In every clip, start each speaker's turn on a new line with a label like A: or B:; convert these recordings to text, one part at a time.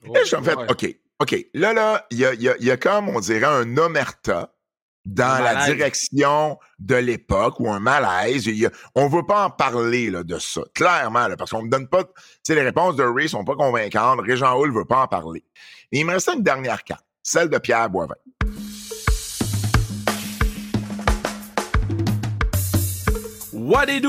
A: Oh
B: Et je me
A: boy.
B: fait, OK. Là, il y a comme, on dirait, un omerta dans la direction de l'époque ou un malaise. On veut pas en parler là, de ça, clairement, là, parce qu'on me donne pas... Tu sais, les réponses de Ray sont pas convaincantes. Régent Hull veut pas en parler. Et il me restait une dernière carte, celle de Pierre Boivin.
A: What it do,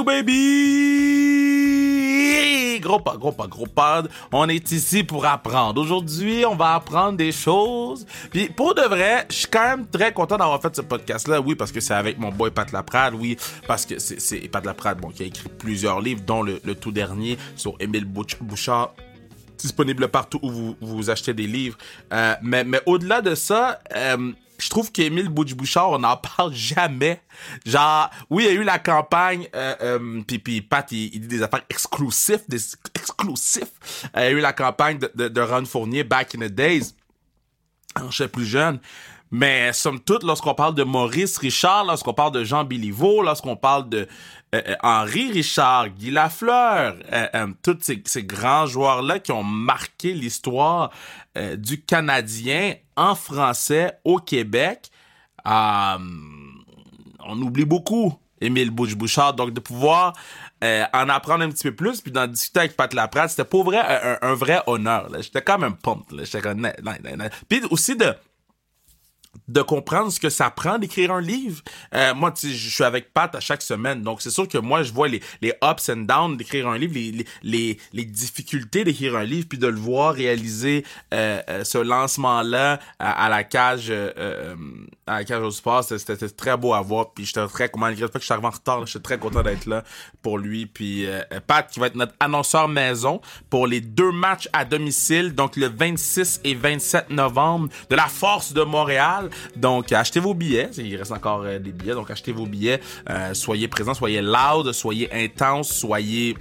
A: baby? Gros pod. On est ici pour apprendre. Aujourd'hui, on va apprendre des choses. Puis pour de vrai, je suis quand même très content d'avoir fait ce podcast-là. Oui, parce que c'est avec mon boy Pat Laprade. Oui, parce que c'est Pat Laprade, bon, qui a écrit plusieurs livres, dont le tout dernier sur Émile Bouchard. Disponible partout où vous achetez des livres. Mais au-delà de ça, je trouve qu'Émile Bouchard, on n'en parle jamais. Genre, oui, il y a eu la campagne, puis Pat, il dit des affaires exclusives. Il y a eu la campagne de Ron Fournier, Back in the Days, quand j'étais plus jeune. Mais somme toute, lorsqu'on parle de Maurice Richard, lorsqu'on parle de Jean Béliveau, lorsqu'on parle de Henri Richard, Guy Lafleur, tous ces grands joueurs-là qui ont marqué l'histoire du Canadien en français au Québec, on oublie beaucoup Émile Bouchard. Donc, de pouvoir en apprendre un petit peu plus, puis d'en discuter avec Pat Laprade, c'était pour vrai un vrai honneur. Là. J'étais quand même pumped. Là. J'étais comme... Puis aussi de comprendre ce que ça prend d'écrire un livre. Moi, tu sais, je suis avec Pat à chaque semaine, donc c'est sûr que moi, je vois les ups and downs d'écrire un livre, les difficultés d'écrire un livre, puis de le voir réaliser ce lancement-là à la cage au sport, c'était très beau à voir, puis j'étais très content, malgré le fait que je suis arrivé en retard, j'étais très content d'être là pour lui, puis Pat, qui va être notre annonceur maison pour les 2 matchs à domicile, donc le 26 et 27 novembre de la Force de Montréal. Donc, achetez vos billets. Il reste encore des billets. Donc, achetez vos billets. Soyez présents, soyez loud, soyez intense, soyez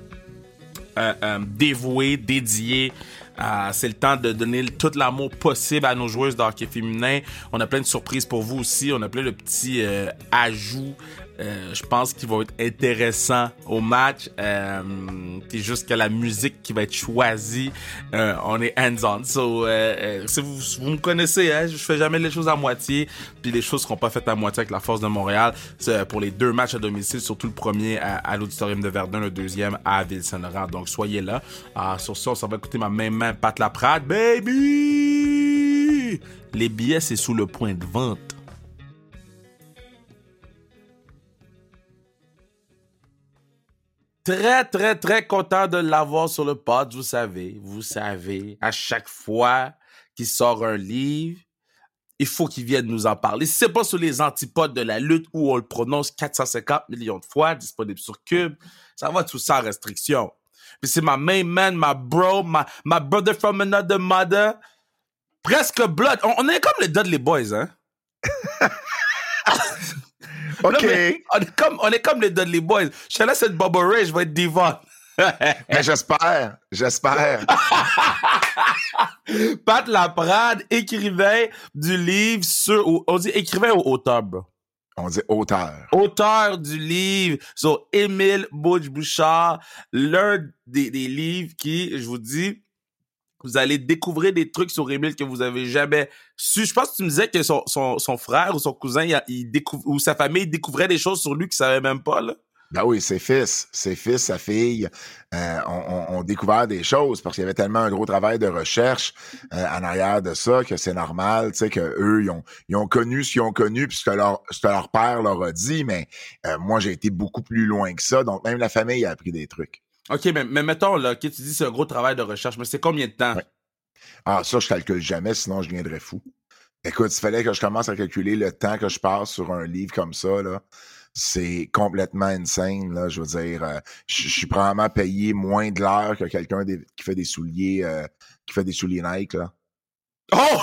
A: dévoués, dédiés. C'est le temps de donner tout l'amour possible à nos joueuses de hockey féminin. On a plein de surprises pour vous aussi. On a plein de petits ajouts. Je pense qu'il va être intéressant au match. Puis jusqu'à la musique qui va être choisie, on est hands-on. So, si vous me connaissez, hein, je fais jamais les choses à moitié. Puis les choses seront pas faites à moitié avec la Force de Montréal. C'est pour les 2 matchs à domicile, surtout le premier à l'Auditorium de Verdun, le deuxième à Ville-Saint-Laurent. Donc soyez là. Sur ça, on va écouter ma main Pat Laprade. Baby! Les billets, c'est sous le point de vente. Très content de l'avoir sur le pod, vous savez, à chaque fois qu'il sort un livre, il faut qu'il vienne nous en parler. Si c'est pas sur les antipodes de la lutte où on le prononce 450 millions de fois, disponible sur Cube, ça va tout sans restriction. Puis c'est ma main man, ma bro, my brother from another mother, presque blood. On est comme les Dudley Boys, hein?
B: OK.
A: Là, on est comme les Dudley Boys. Je suis là, c'est Bubba Ray, je vais être Devon.
B: Mais j'espère.
A: Pat Laprade, écrivain du livre on dit écrivain ou auteur, bro?
B: On dit auteur.
A: Auteur du livre sur Émile Bouchard, l'un des livres qui, je vous dis, vous allez découvrir des trucs sur Émile que vous avez jamais su. Je pense que tu me disais que son frère ou son cousin, ou sa famille découvrait des choses sur lui qu'ils savaient même pas, là.
B: Ben oui, ses fils, sa fille ont découvert des choses parce qu'il y avait tellement un gros travail de recherche en arrière de ça que c'est normal, tu sais, que eux ils ont connu ce qu'ils ont connu puis ce que leur père leur a dit, mais moi j'ai été beaucoup plus loin que ça, donc même la famille a appris des trucs.
A: OK, mais mettons, là, tu dis c'est un gros travail de recherche, mais c'est combien de temps?
B: Ouais. Ah, ça, je calcule jamais, sinon je viendrais fou. Écoute, il fallait que je commence à calculer le temps que je passe sur un livre comme ça, là. C'est complètement insane, là. Je veux dire, je suis probablement payé moins de l'heure que quelqu'un qui fait des souliers Nike, là.
A: Oh!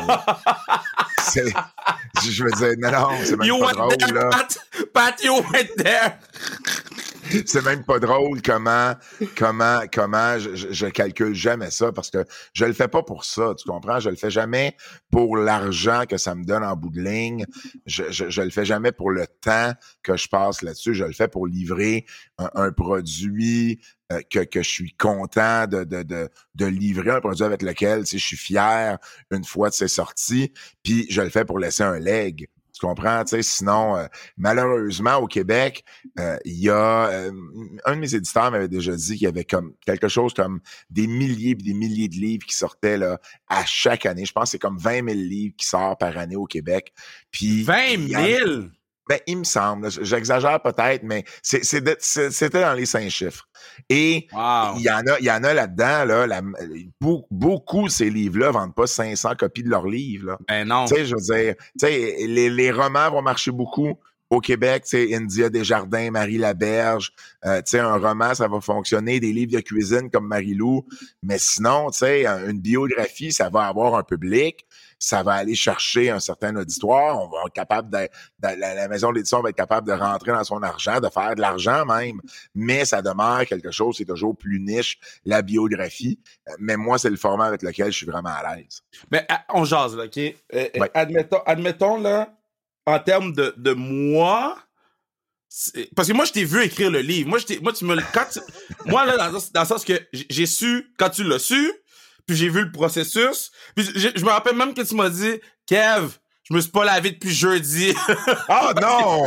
B: Je veux dire, non, c'est même pas drôle,
A: there,
B: là.
A: Pat, you went there!
B: C'est même pas drôle comment je calcule jamais ça parce que je le fais pas pour ça, tu comprends? Je le fais jamais pour l'argent que ça me donne en bout de ligne. Je le fais jamais pour le temps que je passe là-dessus. Je le fais pour livrer un produit que je suis content de livrer un produit avec lequel, tu sais, je suis fier une fois de ses sorties, puis je le fais pour laisser un leg. Tu comprends? Tu sais, sinon, malheureusement, au Québec, il y a un de mes éditeurs m'avait déjà dit qu'il y avait comme quelque chose comme des milliers et des milliers de livres qui sortaient là à chaque année. Je pense que c'est comme 20 000 livres qui sortent par année au Québec. Puis
A: 20 000?
B: Ben, il me semble, j'exagère peut-être, mais c'était dans les 5 chiffres. Et
A: wow.
B: il y en a là-dedans, là, beaucoup de ces livres-là vendent pas 500 copies de leurs livres, là.
A: Ben non.
B: Tu sais, je veux dire, tu sais, les romans vont marcher beaucoup. Au Québec, tu sais, India Desjardins, Marie Laberge, tu sais, un roman, ça va fonctionner, des livres de cuisine comme Marie-Lou, mais sinon, tu sais, une biographie, ça va avoir un public, ça va aller chercher un certain auditoire, on va être capable la maison d'édition va être capable de rentrer dans son argent, de faire de l'argent même, mais ça demeure quelque chose, c'est toujours plus niche, la biographie, mais moi, c'est le format avec lequel je suis vraiment à l'aise.
A: Mais on jase, là, OK?
B: Ouais.
A: Admettons, là, en termes de moi, parce que moi, je t'ai vu écrire le livre. Moi, là, dans le sens que j'ai su, quand tu l'as su, puis j'ai vu le processus, puis je me rappelle même que tu m'as dit, Kev, je me suis pas lavé depuis jeudi.
B: Oh non!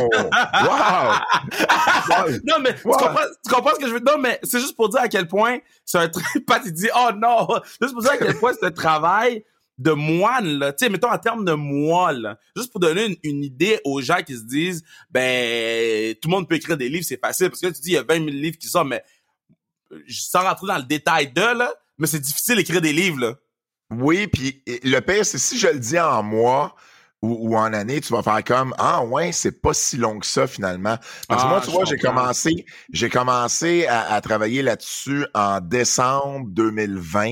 B: Wow!
A: Non, mais
B: wow.
A: tu comprends ce que je veux dire? Non, mais c'est juste pour dire à quel point c'est un truc, Pat, il dit, oh non! Juste pour dire à quel point c'est un travail de moine, là. Tu sais, mettons en termes de moi, là. Juste pour donner une idée aux gens qui se disent, ben, tout le monde peut écrire des livres, c'est facile. Parce que là, tu dis, il y a 20 000 livres qui sortent, mais sans rentrer dans le détail là, mais c'est difficile d'écrire des livres, là.
B: Oui, puis le pire, c'est si je le dis en mois ou en année, tu vas faire comme ah ouais, c'est pas si long que ça finalement. Parce que moi, tu vois, j'ai commencé à travailler là-dessus en décembre 2020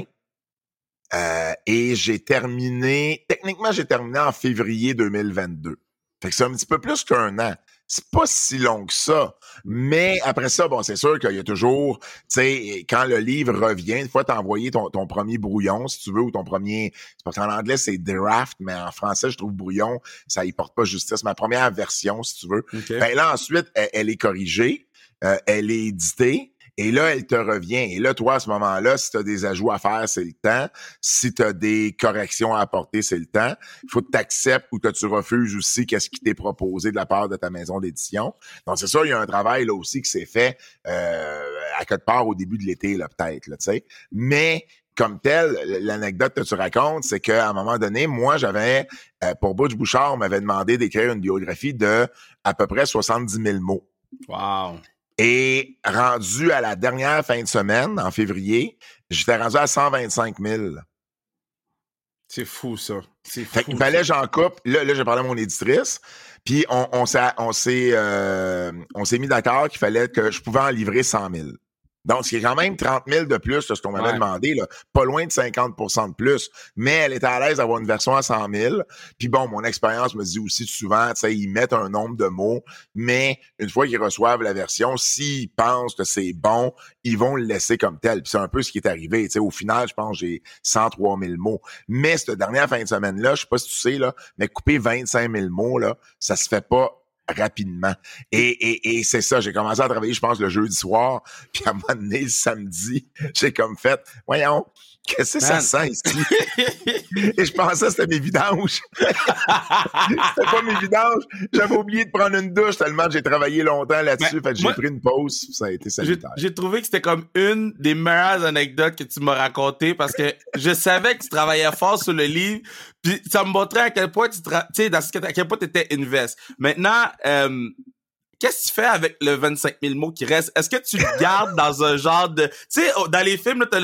B: et techniquement, j'ai terminé en février 2022. Fait que c'est un petit peu plus qu'un an. C'est pas si long que ça. Mais après ça, bon, c'est sûr qu'il y a toujours, tu sais, quand le livre revient, une fois t'as envoyé ton premier brouillon, si tu veux, ou ton premier, c'est parce qu'en anglais, c'est draft, mais en français, je trouve brouillon, ça y porte pas justice. Ma première version, si tu veux.
A: Okay.
B: Ben là, ensuite, elle est corrigée, elle est éditée. Et là, elle te revient. Et là, toi, à ce moment-là, si tu as des ajouts à faire, c'est le temps. Si tu as des corrections à apporter, c'est le temps. Il faut que tu acceptes ou que tu refuses aussi qu'est-ce qui t'est proposé de la part de ta maison d'édition. Donc, c'est sûr, il y a un travail là aussi qui s'est fait à quelque part au début de l'été, là, peut-être, là, tu sais. Mais comme tel, l'anecdote que tu racontes, c'est qu'à un moment donné, moi, j'avais, pour Butch Bouchard, on m'avait demandé d'écrire une biographie de à peu près 70 000 mots.
A: Wow!
B: Et rendu à la dernière fin de semaine, en février, j'étais rendu à 125 000.
A: C'est fou, ça. C'est fou.
B: Fait qu'il fallait j'en coupe. Là, j'ai parlé à mon éditrice. Puis on s'est mis d'accord qu'il fallait que je pouvais en livrer 100 000. Donc, c'est quand même 30 000 de plus de ce qu'on m'avait demandé, là. Pas loin de 50 % de plus. Mais elle était à l'aise d'avoir une version à 100 000. Puis bon, mon expérience me dit aussi souvent, tu sais, ils mettent un nombre de mots, mais une fois qu'ils reçoivent la version, s'ils pensent que c'est bon, ils vont le laisser comme tel. Puis c'est un peu ce qui est arrivé. Tu sais, au final, je pense que j'ai 103 000 mots. Mais cette dernière fin de semaine-là, je sais pas si tu sais, là, mais couper 25 000 mots, là, ça se fait pas rapidement. Et c'est ça, j'ai commencé à travailler, je pense, le jeudi soir, puis à un moment donné, le samedi, j'ai comme fait, voyons, qu'est-ce que ça sent ici? Et je pensais que c'était mes vidanges. C'était pas mes vidanges. J'avais oublié de prendre une douche tellement j'ai travaillé longtemps là-dessus. Fait que j'ai pris une pause. Ça a été salutaire.
A: J'ai trouvé que c'était comme une des meilleures anecdotes que tu m'as racontées parce que je savais que tu travaillais fort sur le livre. Puis ça me montrait à quel point à quel point t'étais invest. Maintenant, qu'est-ce que tu fais avec le 25 000 mots qui reste? Est-ce que tu le gardes dans un genre de... Tu sais, dans les films, là, t'as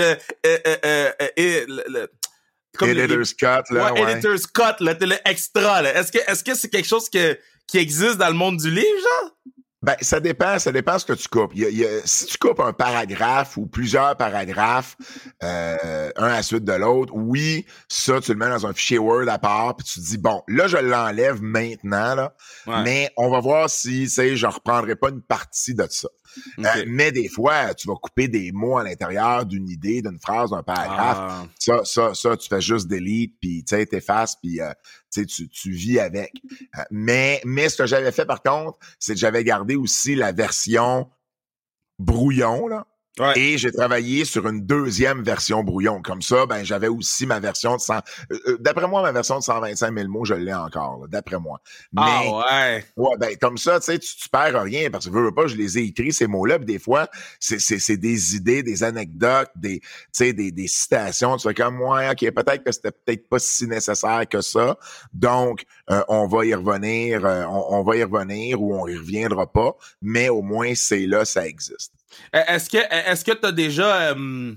B: Editor's Cut, là,
A: ouais. Editor's Cut, là, t'as le extra, là. Est-ce que c'est quelque chose qui existe dans le monde du livre, genre?
B: Ben, ça dépend ce que tu coupes. Si tu coupes un paragraphe ou plusieurs paragraphes, un à la suite de l'autre, oui, ça, tu le mets dans un fichier Word à part, puis tu te dis, bon, là, je l'enlève maintenant, là, mais on va voir si, tu sais, je reprendrai pas une partie de ça. Okay. Mais des fois, tu vas couper des mots à l'intérieur d'une idée, d'une phrase, d'un paragraphe. Ça, tu fais juste delete, puis tu sais, t'effaces, puis tu vis avec. Mais ce que j'avais fait, par contre, c'est que j'avais gardé aussi la version brouillon, là.
A: Ouais.
B: Et j'ai travaillé sur une deuxième version brouillon. Comme ça, ben j'avais aussi ma version de 100... d'après moi, ma version de 125 000 mots, je l'ai encore, là, d'après moi.
A: Ah
B: Mais
A: ouais.
B: ouais, ben comme ça, tu sais, tu perds rien parce que veux pas, je les ai écrits ces mots-là, puis des fois, c'est des idées, des anecdotes, des citations. Tu fais comme ouais, ok, peut-être que c'était peut-être pas si nécessaire que ça. Donc, on va y revenir, on va y revenir ou on y reviendra pas, mais au moins c'est là, ça existe.
A: Est-ce que t'as déjà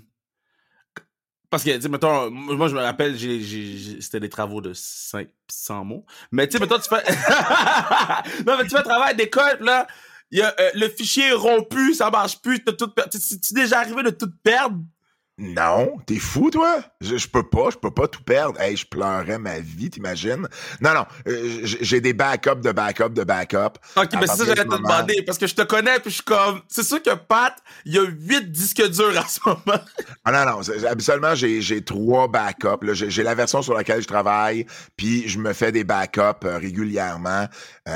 A: parce que, tu sais, mettons, moi, je me rappelle, c'était des travaux de 500 mots. Mais, tu sais, mettons, tu fais... non, mais tu fais un travail d'école, pis là, il y a, le fichier est rompu, ça marche plus, t'as tout perdu. Tu déjà arrivé de tout perdre?
B: Non, t'es fou, toi? Je peux pas tout perdre. Hey, je pleurais ma vie, t'imagines? Non, j'ai des backups de backup de backup.
A: Ok, ben c'est ça que j'allais te demander, parce que je te connais, puis je suis comme... C'est sûr que Pat, il y a 8 disques durs en ce moment.
B: Ah non, habituellement, j'ai 3 backups. Là, j'ai la version sur laquelle je travaille, puis je me fais des backups régulièrement,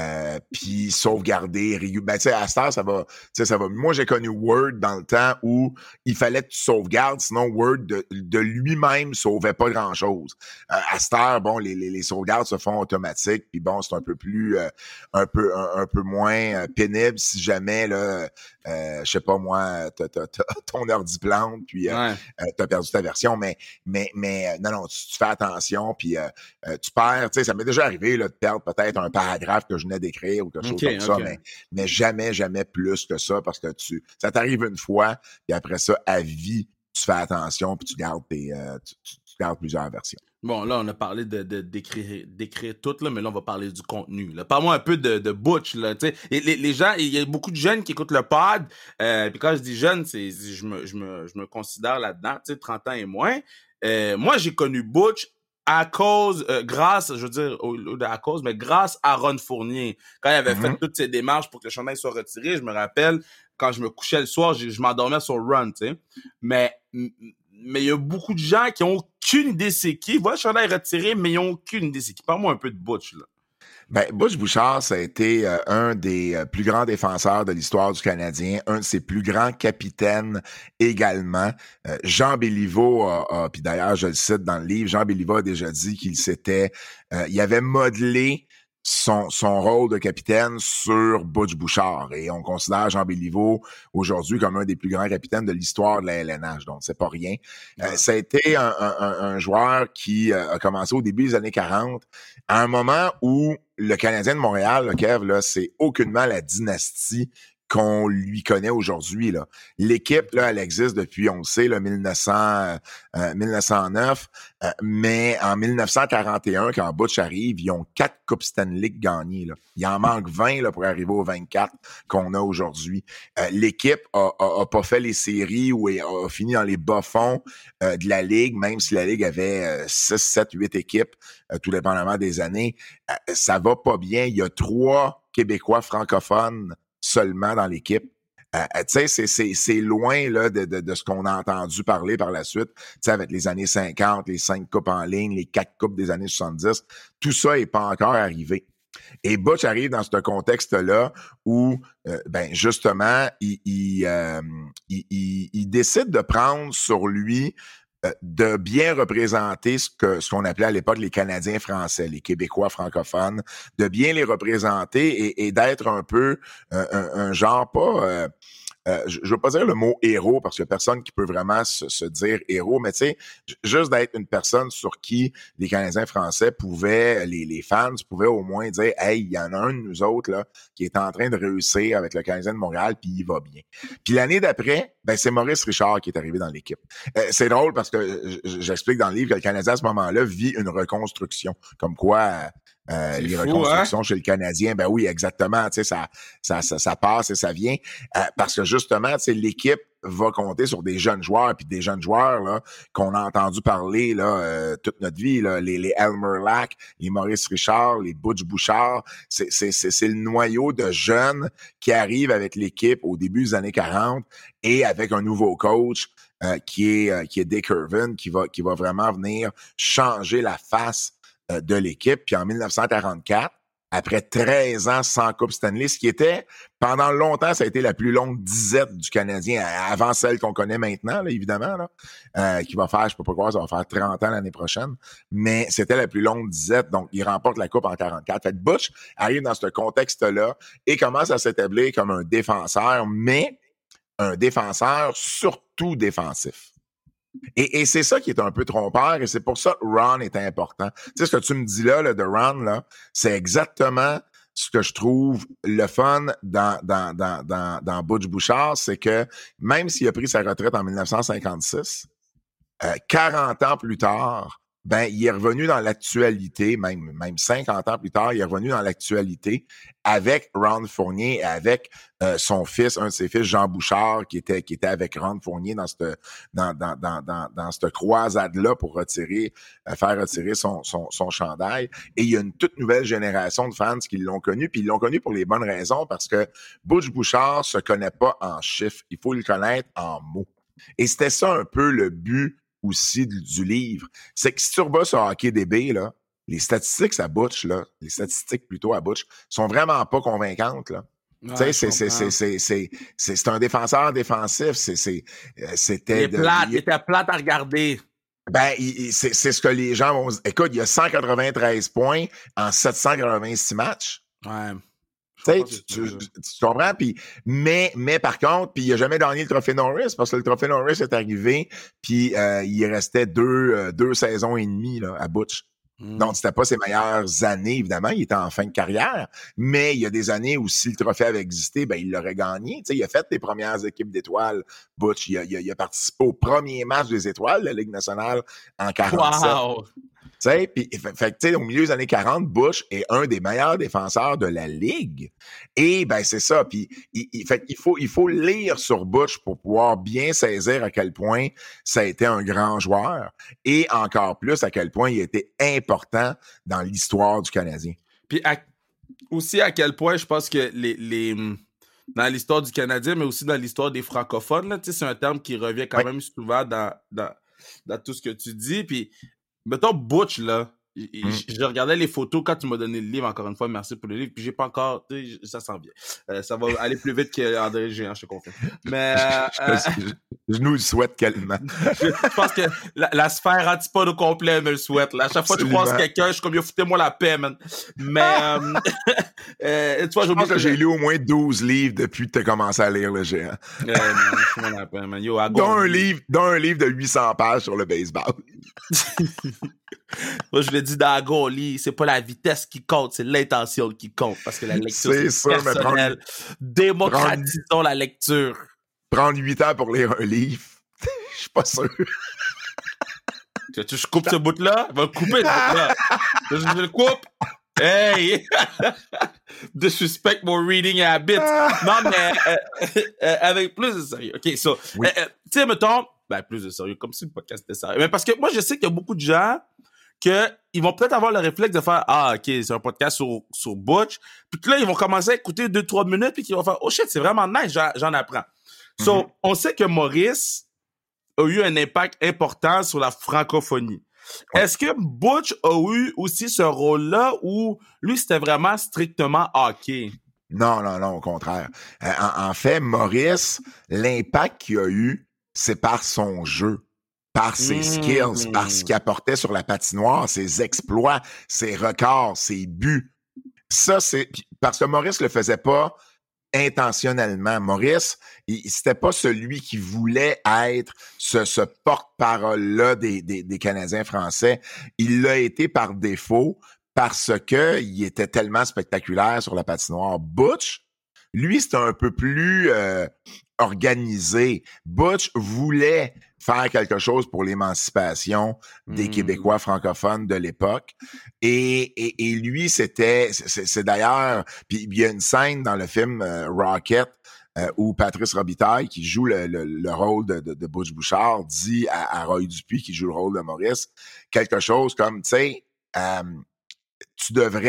B: puis sauvegarder régulièrement. Ben, tu sais, à cette heure, ça va. Moi, j'ai connu Word dans le temps où il fallait que tu sauvegardes, sinon Word de lui-même sauvait pas grand-chose. À cette heure, bon, les sauvegardes se font automatiques, puis bon, c'est un peu plus, un peu moins pénible si jamais, là, je sais pas moi, t'as ton ordi plante, puis
A: Ouais.
B: t'as perdu ta version, mais non, tu fais attention, puis tu perds, tu sais, ça m'est déjà arrivé là, de perdre peut-être un paragraphe que je venais d'écrire ou quelque chose comme ça, mais jamais plus que ça, parce que ça t'arrive une fois, puis après ça, à vie, tu fais attention, puis tu gardes tu gardes plusieurs versions.
A: Bon, là, on a parlé d'écrire tout, là, mais là, on va parler du contenu. Là. Parle-moi un peu de Butch, là, tu sais. Et les gens, il y a beaucoup de jeunes qui écoutent le pod, puis quand je dis jeune, je me considère là-dedans, tu sais, 30 ans et moins. Moi, j'ai connu Butch à cause, grâce, je veux dire, à cause, mais grâce à Ron Fournier. Quand il avait fait toutes ces démarches pour que le chandail soit retiré, je me rappelle, quand je me couchais le soir, je m'endormais sur Run, tu sais. Mais il y a beaucoup de gens qui ont aucune idée c'est qui. Voilà, le chandail retiré, mais ils ont aucune idée c'est qui. Parle-moi un peu de Butch, là.
B: Ben, Butch Bouchard, ça a été un des plus grands défenseurs de l'histoire du Canadien, un de ses plus grands capitaines également. Jean Béliveau puis d'ailleurs, je le cite dans le livre, Jean Béliveau a déjà dit il avait modelé son rôle de capitaine sur Butch Bouchard. Et on considère Jean Béliveau aujourd'hui comme un des plus grands capitaines de l'histoire de la LNH. Donc, c'est pas rien. Ça a été un joueur qui a commencé au début des années 40, à un moment où le Canadien de Montréal, le Kev, là, c'est aucunement la dynastie qu'on lui connaît aujourd'hui, là. L'équipe, là, elle existe depuis, on le sait, là, 1909, mais en 1941, quand Butch arrive, ils ont 4 Coupes Stanley gagnées, là. Il en manque 20, là, pour arriver aux 24 qu'on a aujourd'hui. L'équipe a pas fait les séries ou a fini dans les bas-fonds de la Ligue, même si la Ligue avait 6, 7, 8 équipes, tout dépendamment des années. Ça va pas bien. Il y a 3 Québécois francophones seulement dans l'équipe. Tu sais, c'est loin là de ce qu'on a entendu parler par la suite, tu sais, avec les années 50, les 5 coupes en ligne, les 4 coupes des années 70, tout ça est pas encore arrivé. Et Butch arrive dans ce contexte-là où, ben justement, il décide de prendre sur lui de bien représenter ce qu'on appelait à l'époque les Canadiens français, les Québécois francophones, de bien les représenter et d'être un peu un genre pas... je veux pas dire le mot héros parce qu'il y a personne qui peut vraiment se dire héros, mais tu sais, juste d'être une personne sur qui les Canadiens français pouvaient, les fans pouvaient au moins dire « Hey, il y en a un de nous autres là qui est en train de réussir avec le Canadien de Montréal, puis il va bien. » Puis l'année d'après, ben c'est Maurice Richard qui est arrivé dans l'équipe. C'est drôle parce que j'explique dans le livre que le Canadien à ce moment-là vit une reconstruction, comme quoi... les reconstructions chez le Canadien, ben oui, exactement, tu sais, ça passe et ça vient, parce que justement, tu sais, l'équipe va compter sur des jeunes joueurs, puis des jeunes joueurs là qu'on a entendu parler là toute notre vie, là, les Elmer Lack, les Maurice Richard, les Butch Bouchard, c'est le noyau de jeunes qui arrivent avec l'équipe au début des années 40 et avec un nouveau coach qui est Dick Irvin, qui va vraiment venir changer la face de l'équipe. Puis en 1944, après 13 ans sans Coupe Stanley, ce qui était, pendant longtemps, ça a été la plus longue disette du Canadien, avant celle qu'on connaît maintenant, là, évidemment, là, qui va faire, je peux pas croire, ça va faire 30 ans l'année prochaine, mais c'était la plus longue disette, donc il remporte la Coupe en 44. Fait que Butch arrive dans ce contexte-là et commence à s'établir comme un défenseur, mais un défenseur surtout défensif. Et c'est ça qui est un peu trompeur, et c'est pour ça que Ron est important. Tu sais, ce que tu me dis là de Ron, là, c'est exactement ce que je trouve le fun dans Butch Bouchard, c'est que même s'il a pris sa retraite en 1956, 40 ans plus tard, ben, il est revenu dans l'actualité, même 50 ans plus tard, il est revenu dans l'actualité avec Ron Fournier et avec son fils, un de ses fils, Jean Bouchard, qui était avec Ron Fournier dans cette croisade-là pour faire retirer son chandail. Et il y a une toute nouvelle génération de fans qui l'ont connu, puis ils l'ont connu pour les bonnes raisons, parce que Butch Bouchard se connaît pas en chiffres, il faut le connaître en mots. Et c'était ça un peu le but aussi du livre. C'est que si tu rebats sur HockeyDB, là, les statistiques à Butch, là, les statistiques plutôt à Butch, sont vraiment pas convaincantes, là. Ouais, tu sais, c'est un défenseur défensif. C'était.
A: Il était plate à regarder.
B: Ben, c'est ce que les gens vont dire. Écoute, il y a 193 points en 786 matchs.
A: Ouais.
B: Tu comprends? Puis, mais par contre, puis il a jamais gagné le trophée Norris parce que le trophée Norris est arrivé, puis il restait deux saisons et demie là, à Butch. Donc, c'était pas ses meilleures années, évidemment. Il était en fin de carrière. Mais il y a des années où si le trophée avait existé, ben, il l'aurait gagné. Tu sais, il a fait les premières équipes d'étoiles. Butch, il a participé au premier match des étoiles de la Ligue nationale en 47.
A: Wow!
B: Tu sais, puis, fait tu sais, au milieu des années 40, Butch est un des meilleurs défenseurs de la Ligue. Et, ben, c'est ça. Puis, il faut lire sur Butch pour pouvoir bien saisir à quel point ça a été un grand joueur. Et encore plus, à quel point il a été important dans l'histoire du Canadien.
A: Puis, aussi à quel point je pense que dans l'histoire du Canadien, mais aussi dans l'histoire des francophones, là, c'est un terme qui revient quand même souvent dans tout ce que tu dis. Puis, mettons Butch, là, je regardais les photos quand tu m'as donné le livre, encore une fois, merci pour le livre, puis j'ai pas encore, ça s'en vient. Ça va aller plus vite qu'André Géant, je te confirme. Mais...
B: je nous le souhaite tellement.
A: Je pense que la sphère antipode au complet me le souhaite. Là. À chaque fois que je croise quelqu'un, je suis comme, yo, foutez-moi la paix, man. Mais,
B: tu vois, je pense que j'ai lu au moins 12 livres depuis que tu as commencé à lire le Géant.
A: Foutez-moi la paix, man. Yo,
B: dans un livre de 800 pages sur le baseball.
A: Moi, je l'ai dit dans Goli, c'est pas la vitesse qui compte, c'est l'intention qui compte. Parce que la lecture, c'est personnel. Démocratisons la lecture.
B: Prendre 8 ans pour lire un livre, je suis pas sûr.
A: Je coupe ce bout-là? Va couper ce bout-là. Je le coupe. Hey! Disrespect my reading habits. Non, mais avec plus de sérieux. OK, so, oui. Tu sais, mettons, plus de sérieux, comme si le podcast était sérieux. Mais parce que moi, je sais qu'il y a beaucoup de gens qu'ils vont peut-être avoir le réflexe de faire « Ah, OK, c'est un podcast sur Butch. » Puis que là, ils vont commencer à écouter 2-3 minutes puis qu'ils vont faire « Oh shit, c'est vraiment nice, j'en apprends. » So, on sait que Maurice a eu un impact important sur la francophonie. Ouais. Est-ce que Butch a eu aussi ce rôle-là où lui, c'était vraiment strictement hockey?
B: Non, au contraire. En fait, Maurice, l'impact qu'il a eu, c'est par son jeu, par ses skills, par ce qu'il apportait sur la patinoire, ses exploits, ses records, ses buts. Ça, c'est parce que Maurice le faisait pas intentionnellement. Maurice, c'était pas celui qui voulait être ce porte-parole-là des Canadiens français. Il l'a été par défaut parce que il était tellement spectaculaire sur la patinoire. Butch, lui, c'était un peu plus organisé. Butch voulait faire quelque chose pour l'émancipation des Québécois francophones de l'époque. Et lui, c'est d'ailleurs, puis il y a une scène dans le film Rocket où Patrice Robitaille, qui joue le rôle de Butch Bouchard, dit à Roy Dupuis, qui joue le rôle de Maurice, quelque chose comme, tu sais, tu devrais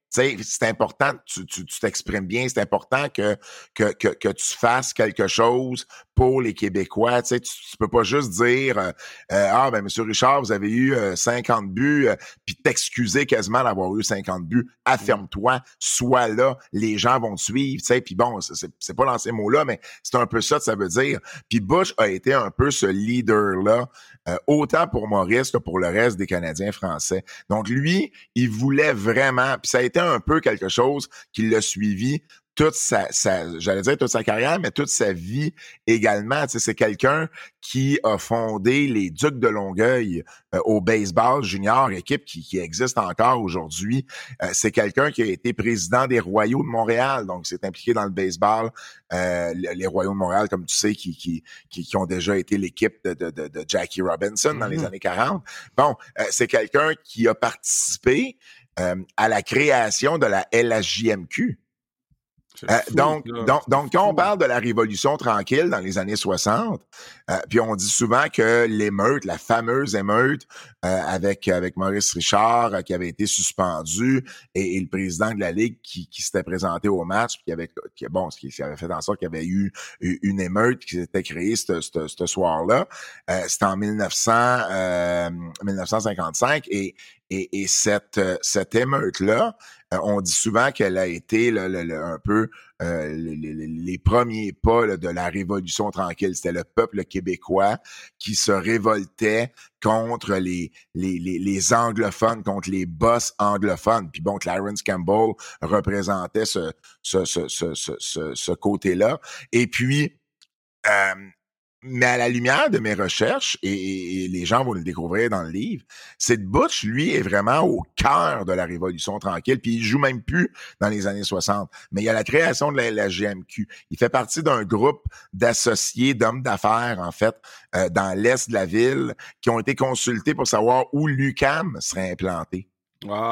B: sais, c'est important que tu t'exprimes bien, c'est important que tu fasses quelque chose pour les Québécois. Tu sais, tu peux pas juste dire ah ben Monsieur Richard, vous avez eu 50 buts, puis t'excuser quasiment d'avoir eu 50 buts. Affirme-toi, sois là, les gens vont te suivre. Tu sais, puis bon, c'est pas dans ces mots-là, mais c'est un peu ça que ça veut dire. Puis Butch a été un peu ce leader-là, autant pour Maurice que pour le reste des Canadiens français. Donc lui, il voulait vraiment, puis ça a été un peu quelque chose qui l'a suivi toute j'allais dire toute sa carrière, mais toute sa vie également. Tu sais, c'est quelqu'un qui a fondé les Ducs de Longueuil au baseball junior, équipe qui existe encore aujourd'hui. C'est quelqu'un qui a été président des Royaux de Montréal, donc s'est impliqué dans le baseball. Les Royaux de Montréal, comme tu sais, qui ont déjà été l'équipe de Jackie Robinson dans les années 40. Bon, c'est quelqu'un qui a participé à la création de la LHJMQ. Donc, quand on parle de la Révolution tranquille dans les années 60, puis on dit souvent que l'émeute, la fameuse émeute avec Maurice Richard qui avait été suspendu et le président de la Ligue qui s'était présenté au match, puis ce qui avait fait en sorte qu'il y avait eu une émeute qui s'était créée ce soir-là. C'était en 1955 et cette émeute-là, on dit souvent qu'elle a été un peu les premiers pas de la Révolution tranquille. C'était le peuple québécois qui se révoltait contre les anglophones, contre les boss anglophones. Puis bon, Clarence Campbell représentait ce côté-là. Et puis, mais à la lumière de mes recherches, et les gens vont le découvrir dans le livre, c'est que Butch, lui, est vraiment au cœur de la Révolution tranquille, puis il joue même plus dans les années 60. Mais il y a la création de la GMQ. Il fait partie d'un groupe d'associés, d'hommes d'affaires, en fait, dans l'est de la ville, qui ont été consultés pour savoir où l'UQAM serait implanté.
A: Wow.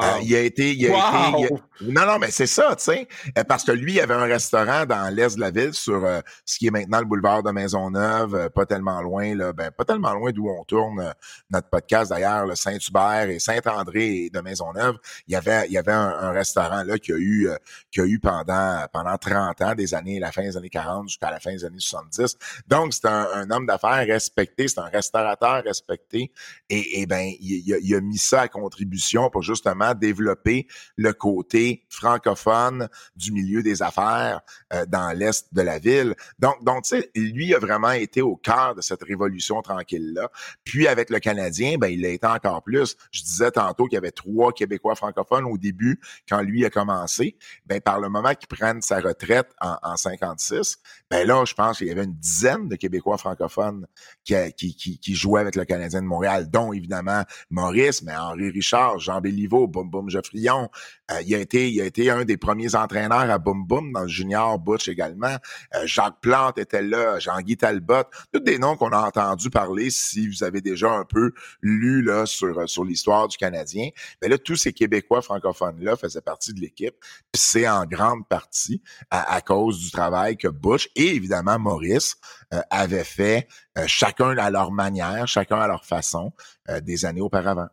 B: Non, mais c'est ça, tu sais, parce que lui, il y avait un restaurant dans l'est de la ville sur ce qui est maintenant le boulevard de Maisonneuve, pas tellement loin d'où on tourne notre podcast d'ailleurs, le Saint-Hubert et Saint-André de Maisonneuve. Il y avait un restaurant là qui a eu pendant 30 ans, la fin des années 40 jusqu'à la fin des années 70. Donc c'est un homme d'affaires respecté, c'est un restaurateur respecté et ben il a mis ça à contribution pour justement développer le côté francophone du milieu des affaires dans l'est de la ville. Donc tu sais, lui a vraiment été au cœur de cette révolution tranquille-là. Puis avec le Canadien, ben il l'a été encore plus. Je disais tantôt qu'il y avait 3 Québécois francophones au début, quand lui a commencé. Ben par le moment qu'il prenne sa retraite en 56, ben là, je pense qu'il y avait une dizaine de Québécois francophones qui jouaient avec le Canadien de Montréal, dont évidemment Maurice, mais Henri Richard, Jean Béliveau, Boum Boum Geoffrion. Il a été un des premiers entraîneurs à Boum Boum dans le junior Butch également. Jacques Plante était là, Jean-Guy Talbot, tous des noms qu'on a entendu parler si vous avez déjà un peu lu là sur l'histoire du Canadien. Mais là, tous ces Québécois francophones-là faisaient partie de l'équipe. Puis c'est en grande partie à cause du travail que Butch et évidemment Maurice avaient fait, chacun à leur manière, chacun à leur façon, des années auparavant.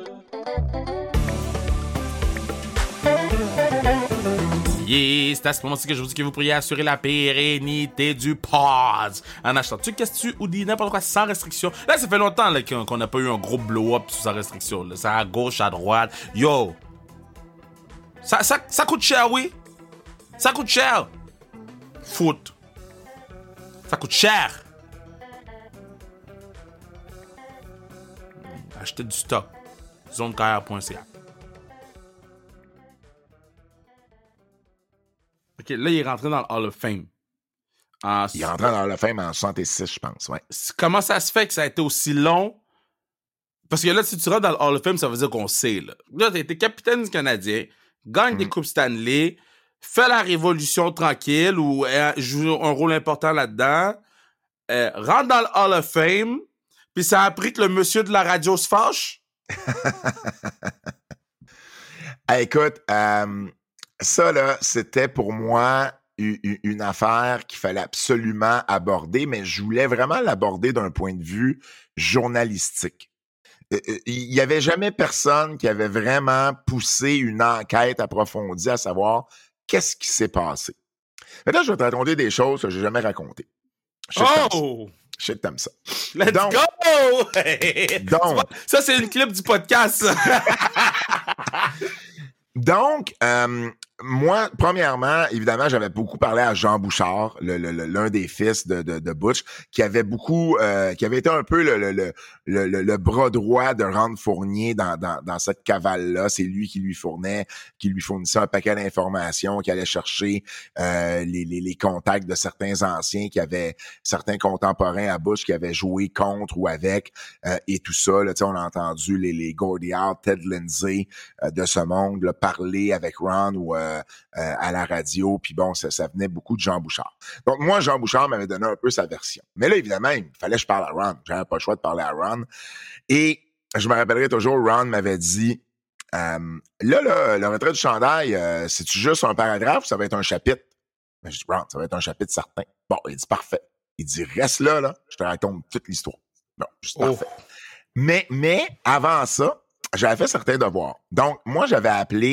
A: C'est à ce moment-ci que je vous dis que vous pourriez assurer la pérennité du pod en achetant tu qu'est-ce ou dit n'importe quoi sans restriction. Là, ça fait longtemps là, qu'on n'a pas eu un gros blow-up sans restriction. Là. C'est à gauche, à droite. Yo! Ça coûte cher, oui? Ça coûte cher! Foot. Ça coûte cher! Achetez du stock. Zonecarrière.ca. OK, là, il est rentré dans le Hall of Fame.
B: Il est rentré dans le Hall of Fame en 66, je pense, ouais.
A: Comment ça se fait que ça a été aussi long? Parce que là, si tu rentres dans le Hall of Fame, ça veut dire qu'on sait, là. Là, t'as été capitaine du Canadien, gagne des Coupes Stanley, fait la Révolution tranquille ou joue un rôle important là-dedans, rentre dans le Hall of Fame, puis ça a appris que le monsieur de la radio se fâche?
B: Écoute, ça, là, c'était pour moi une affaire qu'il fallait absolument aborder, mais je voulais vraiment l'aborder d'un point de vue journalistique. il y avait jamais personne qui avait vraiment poussé une enquête approfondie à savoir qu'est-ce qui s'est passé. Maintenant, je vais te raconter des choses que j'ai jamais racontées. Je sais que t'aimes ça.
A: Let's
B: donc,
A: go! Donc, ça, c'est une clip du podcast.
B: Donc, moi, premièrement, évidemment, j'avais beaucoup parlé à Jean Bouchard, l'un des fils de Butch, qui avait été un peu le bras droit de Ron Fournier dans cette cavale-là. C'est lui qui lui fournissait un paquet d'informations, qui allait chercher les contacts de certains anciens, certains contemporains à Butch qui avaient joué contre ou avec et tout ça. Là, on a entendu les Gordie Howe, Ted Lindsay de ce monde là, parler avec Ron ou à la radio, puis bon, ça venait beaucoup de Jean Bouchard. Donc moi, Jean Bouchard m'avait donné un peu sa version. Mais là, évidemment, il fallait que je parle à Ron. J'avais pas le choix de parler à Ron. Et je me rappellerai toujours, Ron m'avait dit, là, le retrait du chandail, c'est-tu juste un paragraphe ou ça va être un chapitre? Ben, je dis, Ron, ça va être un chapitre certain. Bon, il dit, parfait. Il dit, reste là, je te raconte toute l'histoire. Bon, je dis, parfait. Mais avant ça, j'avais fait certains devoirs. Donc, moi, j'avais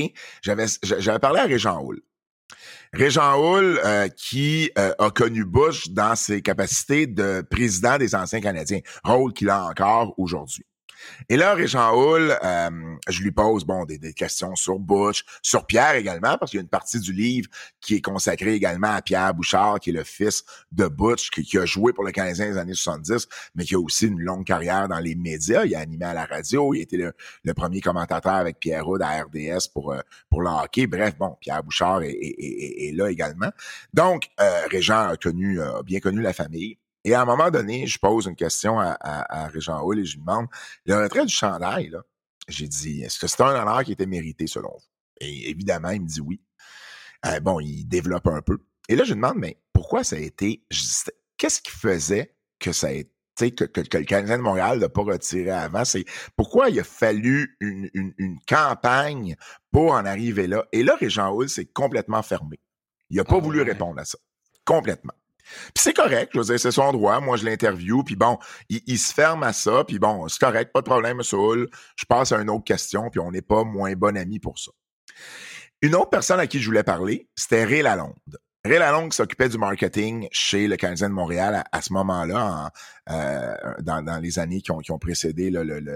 B: parlé à Régent Houle. Régent Houle, qui a connu Bush dans ses capacités de président des Anciens Canadiens, rôle qu'il a encore aujourd'hui. Et là, Régent Houle, je lui pose des questions sur Butch, sur Pierre également, parce qu'il y a une partie du livre qui est consacrée également à Pierre Bouchard, qui est le fils de Butch, qui a joué pour le Canadien des années 70, mais qui a aussi une longue carrière dans les médias. Il a animé à la radio, il a été le premier commentateur avec Pierre Houd à RDS pour le hockey. Bref, Pierre Bouchard est là également. Donc, Régent a bien connu la famille. Et à un moment donné, je pose une question à Régent Houle et je lui demande, le retrait du chandail, là, j'ai dit, est-ce que c'est un honneur qui était mérité selon vous? Et évidemment, il me dit oui. Il développe un peu. Et là, je lui demande, mais pourquoi ça a été, qu'est-ce qui faisait que ça a été, que le Canadien de Montréal n'a pas retiré avant? C'est pourquoi il a fallu une campagne pour en arriver là. Et là, Régent Houle s'est complètement fermé. Il n'a pas voulu répondre à ça. Complètement. Puis c'est correct, je veux dire, c'est son droit. Moi, je l'interview, puis il se ferme à ça, puis c'est correct, pas de problème, M. Houle. Je passe à une autre question, puis on n'est pas moins bon amis pour ça. Une autre personne à qui je voulais parler, c'était Ray Lalonde. Ray Lalonde qui s'occupait du marketing chez le Canadien de Montréal à ce moment-là, dans les années qui ont précédé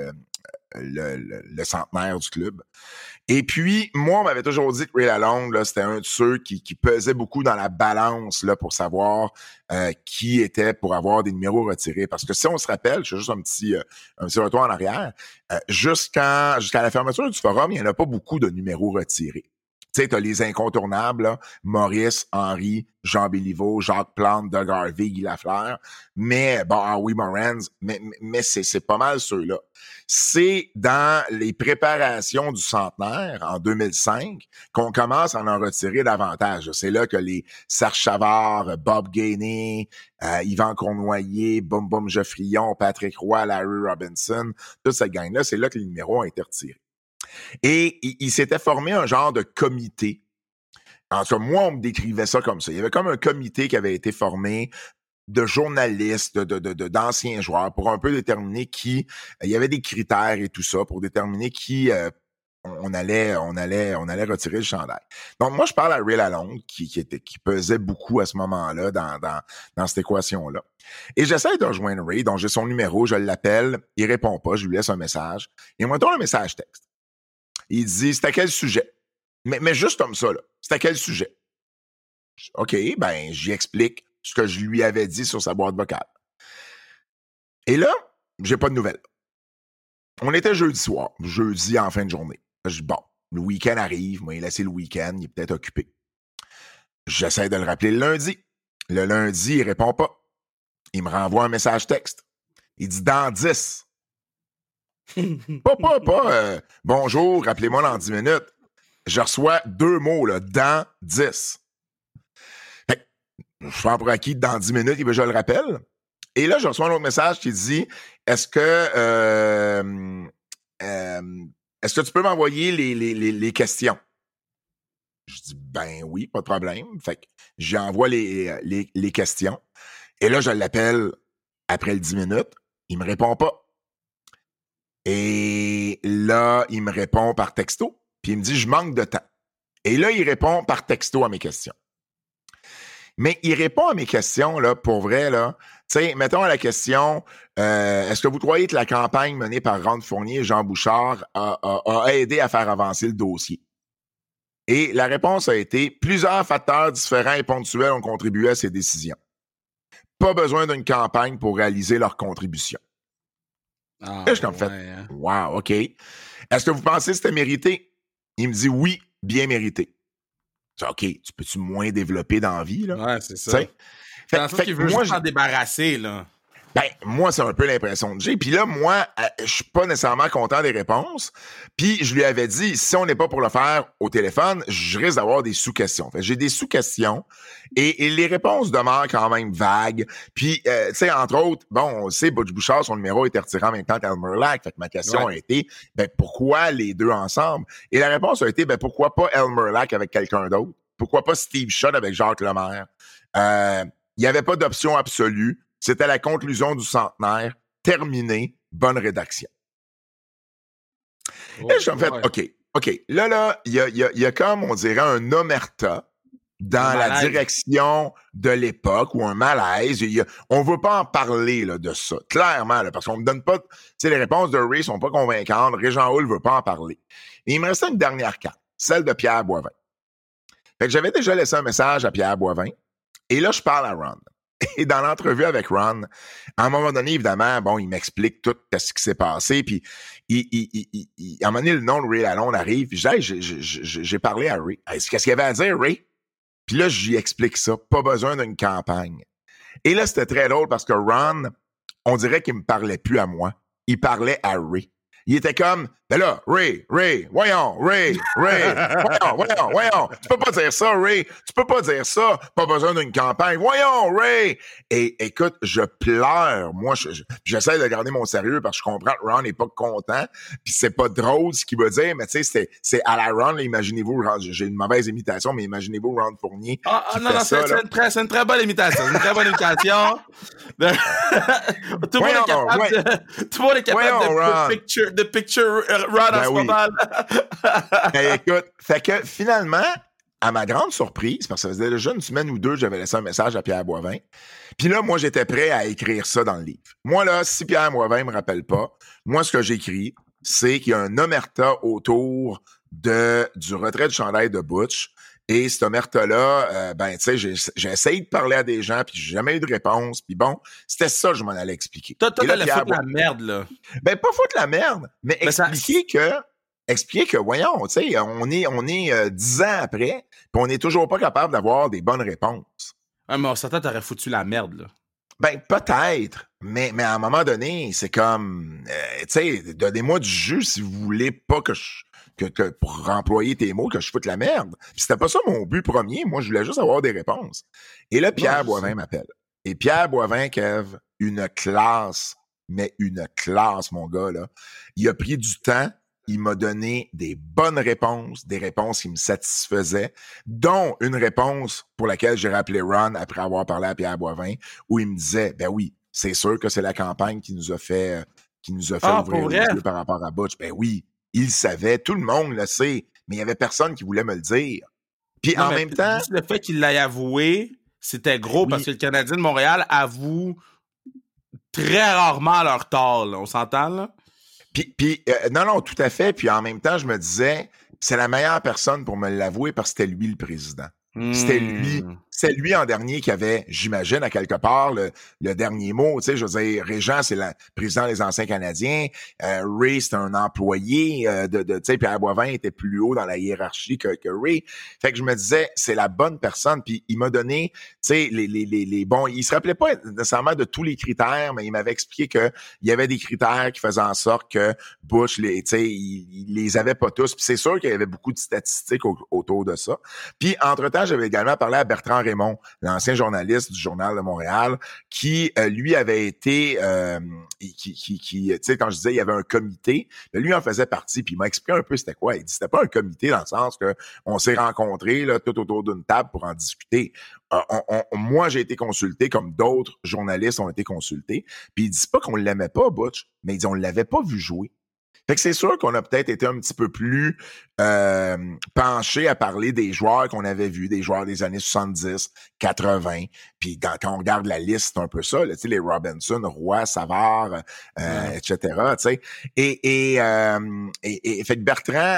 B: le centenaire du club. Et puis, moi, on m'avait toujours dit que Ray Lalonde, là, c'était un de ceux qui pesait beaucoup dans la balance là, pour savoir qui était pour avoir des numéros retirés. Parce que si on se rappelle, je fais juste un petit retour en arrière, jusqu'à la fermeture du forum, il n'y en a pas beaucoup de numéros retirés. Tu sais, t'as les incontournables, là, Maurice, Henry, Jean Béliveau, Jacques Plante, Doug Harvey, Guy Lafleur, mais, Howie Morenz, mais c'est pas mal ceux-là. C'est dans les préparations du centenaire, en 2005, qu'on commence à en retirer davantage. C'est là que les Serge Chavard, Bob Gainey, Yvan Cournoyer, Boum Boum Geoffrion, Patrick Roy, Larry Robinson, toute cette gang-là, c'est là que les numéros ont été retirés. Et il s'était formé un genre de comité. En tout cas, moi, on me décrivait ça comme ça. Il y avait comme un comité qui avait été formé de journalistes, d'anciens joueurs pour un peu déterminer qui... il y avait des critères et tout ça pour déterminer qui on allait retirer le chandail. Donc, moi, je parle à Ray Lalonde qui pesait beaucoup à ce moment-là dans cette équation-là. Et j'essaie de rejoindre Ray, donc j'ai son numéro, je l'appelle, il répond pas, je lui laisse un message. Et moi, tourne un message texte. Il dit, c'est à quel sujet? Mais juste comme ça, là. C'est à quel sujet? OK, j'y explique ce que je lui avais dit sur sa boîte vocale. Et là, j'ai pas de nouvelles. On était jeudi soir, jeudi en fin de journée. Je dis, le week-end arrive, moi, il a laissé le week-end, il est peut-être occupé. J'essaie de le rappeler le lundi. Le lundi, il répond pas. Il me renvoie un message texte. Il dit, dans 10. Pas bonjour, rappelez-moi dans 10 minutes. Je reçois 2 mots, là, dans 10. Je prends pour acquis dans 10 minutes, je le rappelle. Et là, je reçois un autre message qui dit, est-ce que tu peux m'envoyer les questions? Je dis, oui, pas de problème. Fait que j'envoie les questions. Et là, je l'appelle après le 10 minutes. Il me répond pas. Et là, il me répond par texto, puis il me dit « Je manque de temps ». Et là, il répond par texto à mes questions. Mais il répond à mes questions, là, pour vrai, là. Tu sais, mettons à la question, est-ce que vous croyez que la campagne menée par Ron Fournier et Jean Bouchard a aidé à faire avancer le dossier? Et la réponse a été, plusieurs facteurs différents et ponctuels ont contribué à ces décisions. Pas besoin d'une campagne pour réaliser leur contribution.
A: Ah,
B: Là, je suis comme fait, wow, OK. Est-ce que vous pensez que c'était mérité? Il me dit oui, bien mérité. OK, tu peux-tu moins développer dans la vie, là?
A: Ouais, c'est ça. C'est dans le sens qu'il veut juste s'en débarrasser, là.
B: Ben, moi, c'est un peu l'impression que j'ai. Puis là, moi, je suis pas nécessairement content des réponses. Puis je lui avais dit, si on n'est pas pour le faire au téléphone, je risque d'avoir des sous-questions. Fait, j'ai des sous-questions et les réponses demeurent quand même vagues. Puis, tu sais, entre autres, bon, on sait, Butch Bouchard, son numéro est retiré en même temps qu'Elmer Lack. Fait que ma question a été, ben, pourquoi les deux ensemble? Et la réponse a été, ben, pourquoi pas Elmer Lack avec quelqu'un d'autre? Pourquoi pas Steve Schott avec Jacques Lemaire? Il n'y avait pas d'option absolue. C'était la conclusion du centenaire. Terminé. Bonne rédaction. Et je me fait, OK. Là, il y a comme, on dirait, un omerta dans la direction de l'époque ou un malaise. On veut pas en parler là, de ça, clairement, là, parce qu'on me donne pas... Tu sais, les réponses de Ray sont pas convaincantes. Régent Hull veut pas en parler. Et il me restait une dernière carte, celle de Pierre Boivin. Fait que j'avais déjà laissé un message à Pierre Boivin. Et là, je parle à Ron. Et dans l'entrevue avec Ron, à un moment donné, évidemment, bon, il m'explique tout ce qui s'est passé. Puis, à un moment donné, le nom de Ray Lalonde arrive. Puis, j'ai parlé à Ray. Qu'est-ce qu'il y avait à dire, Ray? Puis là, je lui explique ça. Pas besoin d'une campagne. Et là, c'était très drôle parce que Ron, on dirait qu'il me parlait plus à moi. Il parlait à Ray. Il était comme, ben là, Ray, voyons. Tu peux pas dire ça, Ray. Tu peux pas dire ça. Pas besoin d'une campagne. Voyons, Ray. Et écoute, je pleure. Moi, j'essaie de garder mon sérieux parce que je comprends que Ron n'est pas content. Puis c'est pas drôle ce qu'il veut dire, mais tu sais, c'est à la Ron, là, imaginez-vous, j'ai une mauvaise imitation, mais imaginez-vous Ron Fournier.
A: Non, c'est une très bonne imitation. Une très bonne imitation. Tout le monde est capable de picture Ron en ce moment.
B: Écoute, fait que finalement, à ma grande surprise, parce que ça faisait déjà une semaine ou deux, j'avais laissé un message à Pierre Boivin. Puis là, moi, j'étais prêt à écrire ça dans le livre. Moi, là, si Pierre Boivin me rappelle pas, moi, ce que j'écris, c'est qu'il y a un omerta autour du retrait du chandail de Butch. Et cet omerta-là, ben, tu sais, j'ai essayé de parler à des gens, puis j'ai jamais eu de réponse. Puis bon, c'était ça que je m'en allais expliquer.
A: Toi, t'allais foutre la merde, là.
B: Ben, pas foutre la merde, mais expliquer que, voyons, tu sais, on est 10 ans après, puis on n'est toujours pas capable d'avoir des bonnes réponses.
A: Ouais, mais on s'entend, t'aurais foutu la merde, là.
B: Ben, peut-être, mais à un moment donné, c'est comme, tu sais, donnez-moi du jus si vous voulez pas que pour employer tes mots, que je foute la merde. Puis c'était pas ça mon but premier. Moi, je voulais juste avoir des réponses. Et là, Pierre Boivin m'appelle. Et Pierre Boivin, Kev, une classe, mon gars, là. Il a pris du temps. Il m'a donné des bonnes réponses, des réponses qui me satisfaisaient, dont une réponse pour laquelle j'ai rappelé Ron après avoir parlé à Pierre Boivin, où il me disait, ben oui, c'est sûr que c'est la campagne qui nous a fait ouvrir les yeux par rapport à Butch. Ben oui, il le savait, tout le monde le sait, mais il y avait personne qui voulait me le dire. Puis en même temps...
A: Juste le fait qu'il l'ait avoué, c'était gros parce que le Canadien de Montréal avoue très rarement leur tort, là. On s'entend, là?
B: Puis non, tout à fait. Puis en même temps, je me disais, c'est la meilleure personne pour me l'avouer parce que c'était lui le président. C'était lui en dernier qui avait, j'imagine, à quelque part, le dernier mot. Tu sais, je veux dire, Régent, c'est le président des Anciens Canadiens. Ray, c'est un employé tu sais, Pierre Boivin était plus haut dans la hiérarchie que Ray. Fait que je me disais, c'est la bonne personne. Puis il m'a donné, tu sais, les bons... Il se rappelait pas nécessairement de tous les critères, mais il m'avait expliqué que il y avait des critères qui faisaient en sorte que Butch, tu sais, il les avait pas tous. Puis c'est sûr qu'il y avait beaucoup de statistiques autour de ça. Puis entre-temps, j'avais également parlé à Bertrand Raymond, l'ancien journaliste du Journal de Montréal, qui, lui, avait été... tu sais, quand je disais il y avait un comité, ben, lui en faisait partie, puis il m'a expliqué un peu c'était quoi. Il dit c'était pas un comité dans le sens que on s'est rencontrés là, tout autour d'une table pour en discuter. Moi, j'ai été consulté comme d'autres journalistes ont été consultés, puis il dit pas qu'on l'aimait pas, Butch, mais il dit on l'avait pas vu jouer. Fait que c'est sûr qu'on a peut-être été un petit peu plus penché à parler des joueurs qu'on avait vus, des joueurs des années 70, 80. Puis quand on regarde la liste, c'est un peu ça, là, tu sais, les Robinson, Roy, Savard, etc. Tu sais. Et fait que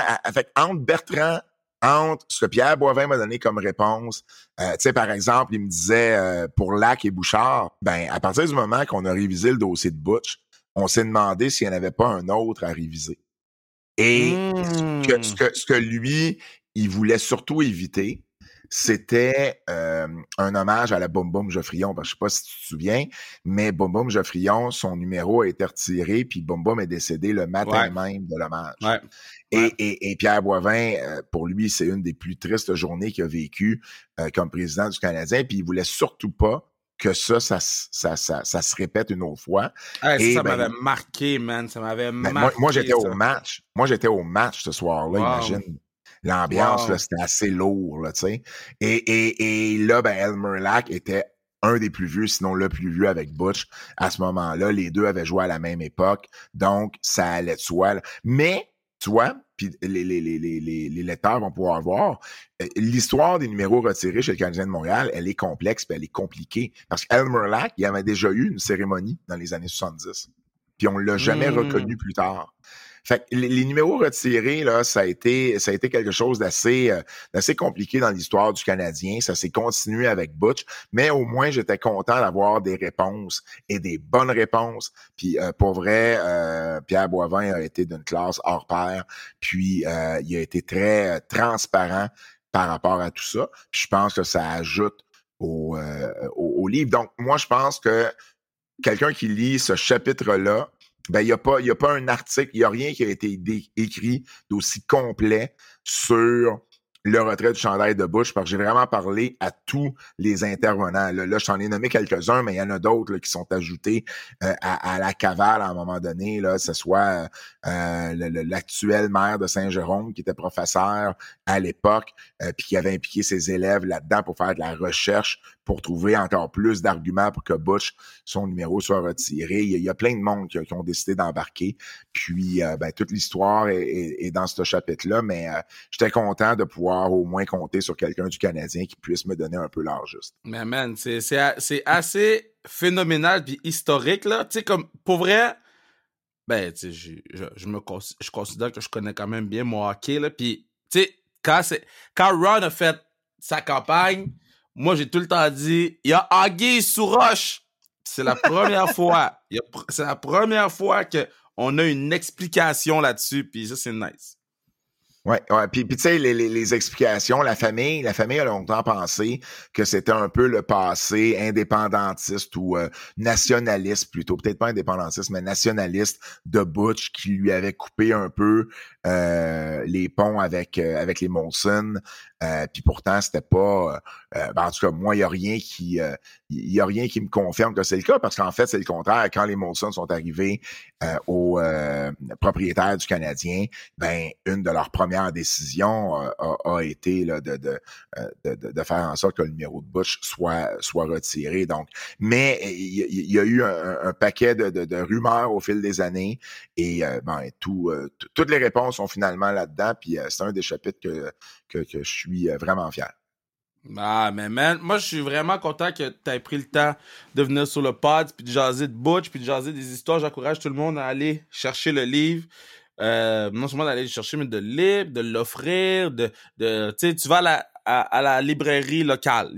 B: entre ce que Pierre Boivin m'a donné comme réponse, tu sais, par exemple, il me disait pour Lac et Bouchard, ben à partir du moment qu'on a révisé le dossier de Butch, on s'est demandé s'il n'y en avait pas un autre à réviser. Et ce que lui, il voulait surtout éviter, c'était un hommage à la Boum Boum Geoffrion. Parce que je sais pas si tu te souviens, mais Boum Boum Geoffrion, son numéro a été retiré, puis Boum Boum est décédé le matin même de l'hommage.
A: Ouais.
B: Et Pierre Boivin, pour lui, c'est une des plus tristes journées qu'il a vécues comme président du Canadien, puis il voulait surtout pas que ça se répète une autre fois.
A: Hey, ça m'avait marqué, man. Ça m'avait marqué.
B: Moi, j'étais au match. Moi, j'étais au match ce soir-là, imagine. L'ambiance, là, c'était assez lourd, là, tu sais. Et là, ben, Elmer Lack était un des plus vieux, sinon le plus vieux avec Butch à ce moment-là. Les deux avaient joué à la même époque, donc ça allait de soi, là. Mais, tu vois, puis les lecteurs vont pouvoir voir, l'histoire des numéros retirés chez le Canadien de Montréal, elle est complexe puis elle est compliquée. Parce qu'Elmer Lack, il avait déjà eu une cérémonie dans les années 70. Puis on l'a jamais reconnu plus tard. Fait que les numéros retirés, là, ça a été quelque chose d'assez compliqué dans l'histoire du Canadien. Ça s'est continué avec Butch, mais au moins, j'étais content d'avoir des réponses et des bonnes réponses. Puis, pour vrai, Pierre Boivin a été d'une classe hors pair. Puis, il a été très transparent par rapport à tout ça. Puis, je pense que ça ajoute au livre. Donc, moi, je pense que quelqu'un qui lit ce chapitre-là, ben, il y a pas un article, il y a rien qui a été écrit d'aussi complet sur le retrait du chandail de Butch, parce que j'ai vraiment parlé à tous les intervenants. Là, je t'en ai nommé quelques-uns, mais il y en a d'autres là, qui sont ajoutés à la cavale à un moment donné, là, que ce soit l'actuel maire de Saint-Jérôme, qui était professeur à l'époque, puis qui avait impliqué ses élèves là-dedans pour faire de la recherche, pour trouver encore plus d'arguments pour que Butch, son numéro, soit retiré. Il y a plein de monde qui ont décidé d'embarquer. Puis, ben, toute l'histoire est dans ce chapitre-là, mais j'étais content de pouvoir au moins compter sur quelqu'un du Canadien qui puisse me donner un peu l'heure juste.
A: Mais man, c'est assez phénoménal puis historique, là. Tu sais, comme, pour vrai, ben, tu sais, je considère que je connais quand même bien mon hockey, là. Puis, tu sais, quand Ron a fait sa campagne, moi, j'ai tout le temps dit, il y a Anguille sous roche. C'est la première fois. C'est la première fois qu'on a une explication là-dessus, puis ça, c'est nice.
B: Ouais. Puis tu sais, les explications, la famille a longtemps pensé que c'était un peu le passé indépendantiste ou nationaliste plutôt, peut-être pas indépendantiste, mais nationaliste de Butch qui lui avait coupé un peu les ponts avec les Molson. Puis pourtant, c'était pas... ben, en tout cas, moi, il y a rien qui me confirme que c'est le cas, parce qu'en fait, c'est le contraire. Quand les Molson sont arrivés aux propriétaires du Canadien, ben, une de leurs premières décisions a été là, de faire en sorte que le numéro de Butch soit retiré. Donc, mais il y a eu un paquet de rumeurs au fil des années, et ben, toutes les réponses sont finalement là-dedans, puis c'est un des chapitres que je suis vraiment fier.
A: Ah, mais man, moi, je suis vraiment content que tu aies pris le temps de venir sur le pod, puis de jaser de Butch, puis de jaser des histoires. J'encourage tout le monde à aller chercher le livre. Non seulement d'aller le chercher, mais de le lire, de l'offrir, tu sais, tu vas à la librairie locale.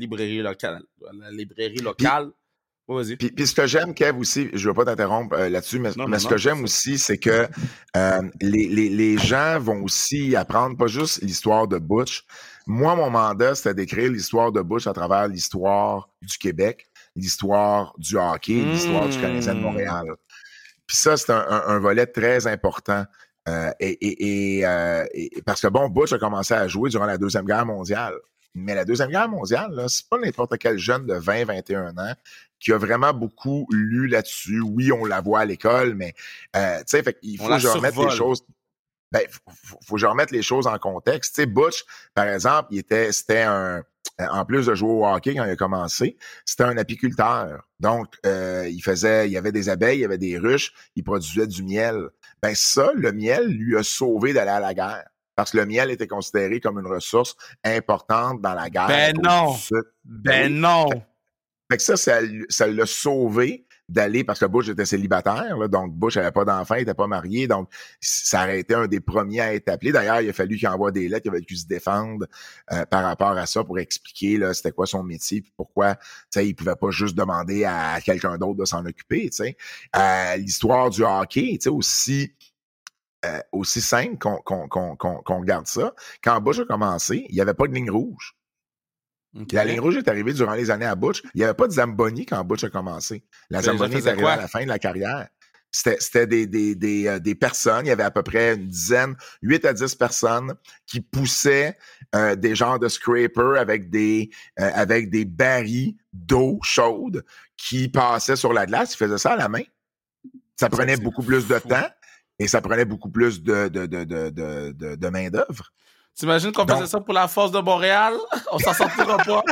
A: Oh, vas-y.
B: Puis ce que j'aime, Kev, aussi, je veux pas t'interrompre là-dessus, mais ce que j'aime aussi, c'est que les gens vont aussi apprendre pas juste l'histoire de Butch. Moi, mon mandat, c'était d'écrire l'histoire de Butch à travers l'histoire du Québec, l'histoire du hockey, l'histoire du Canadien de Montréal. Puis ça, c'est un volet très important. Et parce que, bon, Butch a commencé à jouer durant la Deuxième Guerre mondiale. Mais la Deuxième Guerre mondiale, là, c'est pas n'importe quel jeune de 20, 21 ans qui a vraiment beaucoup lu là-dessus. Oui, on la voit à l'école, mais tu sais, il faut que je remette les choses. Ben, faut que je remette les choses en contexte. Tu sais, Butch, par exemple, c'était en plus de jouer au hockey quand il a commencé, c'était un apiculteur. Donc, il y avait des abeilles, il y avait des ruches, il produisait du miel. Ben ça, le miel lui a sauvé d'aller à la guerre. Parce que le miel était considéré comme une ressource importante dans la guerre.
A: Ben non!
B: Ben
A: non!
B: Fait que ça l'a sauvé d'aller, parce que Bush était célibataire, là, donc Bush n'avait pas d'enfant, il n'était pas marié, donc ça aurait été un des premiers à être appelé. D'ailleurs, il a fallu qu'il envoie des lettres, il avait dû se défendre par rapport à ça pour expliquer là, c'était quoi son métier, puis pourquoi il pouvait pas juste demander à quelqu'un d'autre de s'en occuper. L'histoire du hockey, aussi simple qu'on regarde ça, quand Bush a commencé, il n'y avait pas de ligne rouge. Okay. La ligne rouge est arrivée durant les années à Butch. Il n'y avait pas de Zamboni quand Butch a commencé. La Zamboni est arrivée à la fin de la carrière. C'était des personnes, il y avait à peu près une dizaine, 8 à 10 personnes qui poussaient des genres de scrapers avec des barils d'eau chaude qui passaient sur la glace. Ils faisaient ça à la main. Ça prenait beaucoup plus de temps et ça prenait beaucoup plus de main-d'œuvre.
A: T'imagines qu'on faisait ça pour la Force de Montréal? On s'en sortira pas.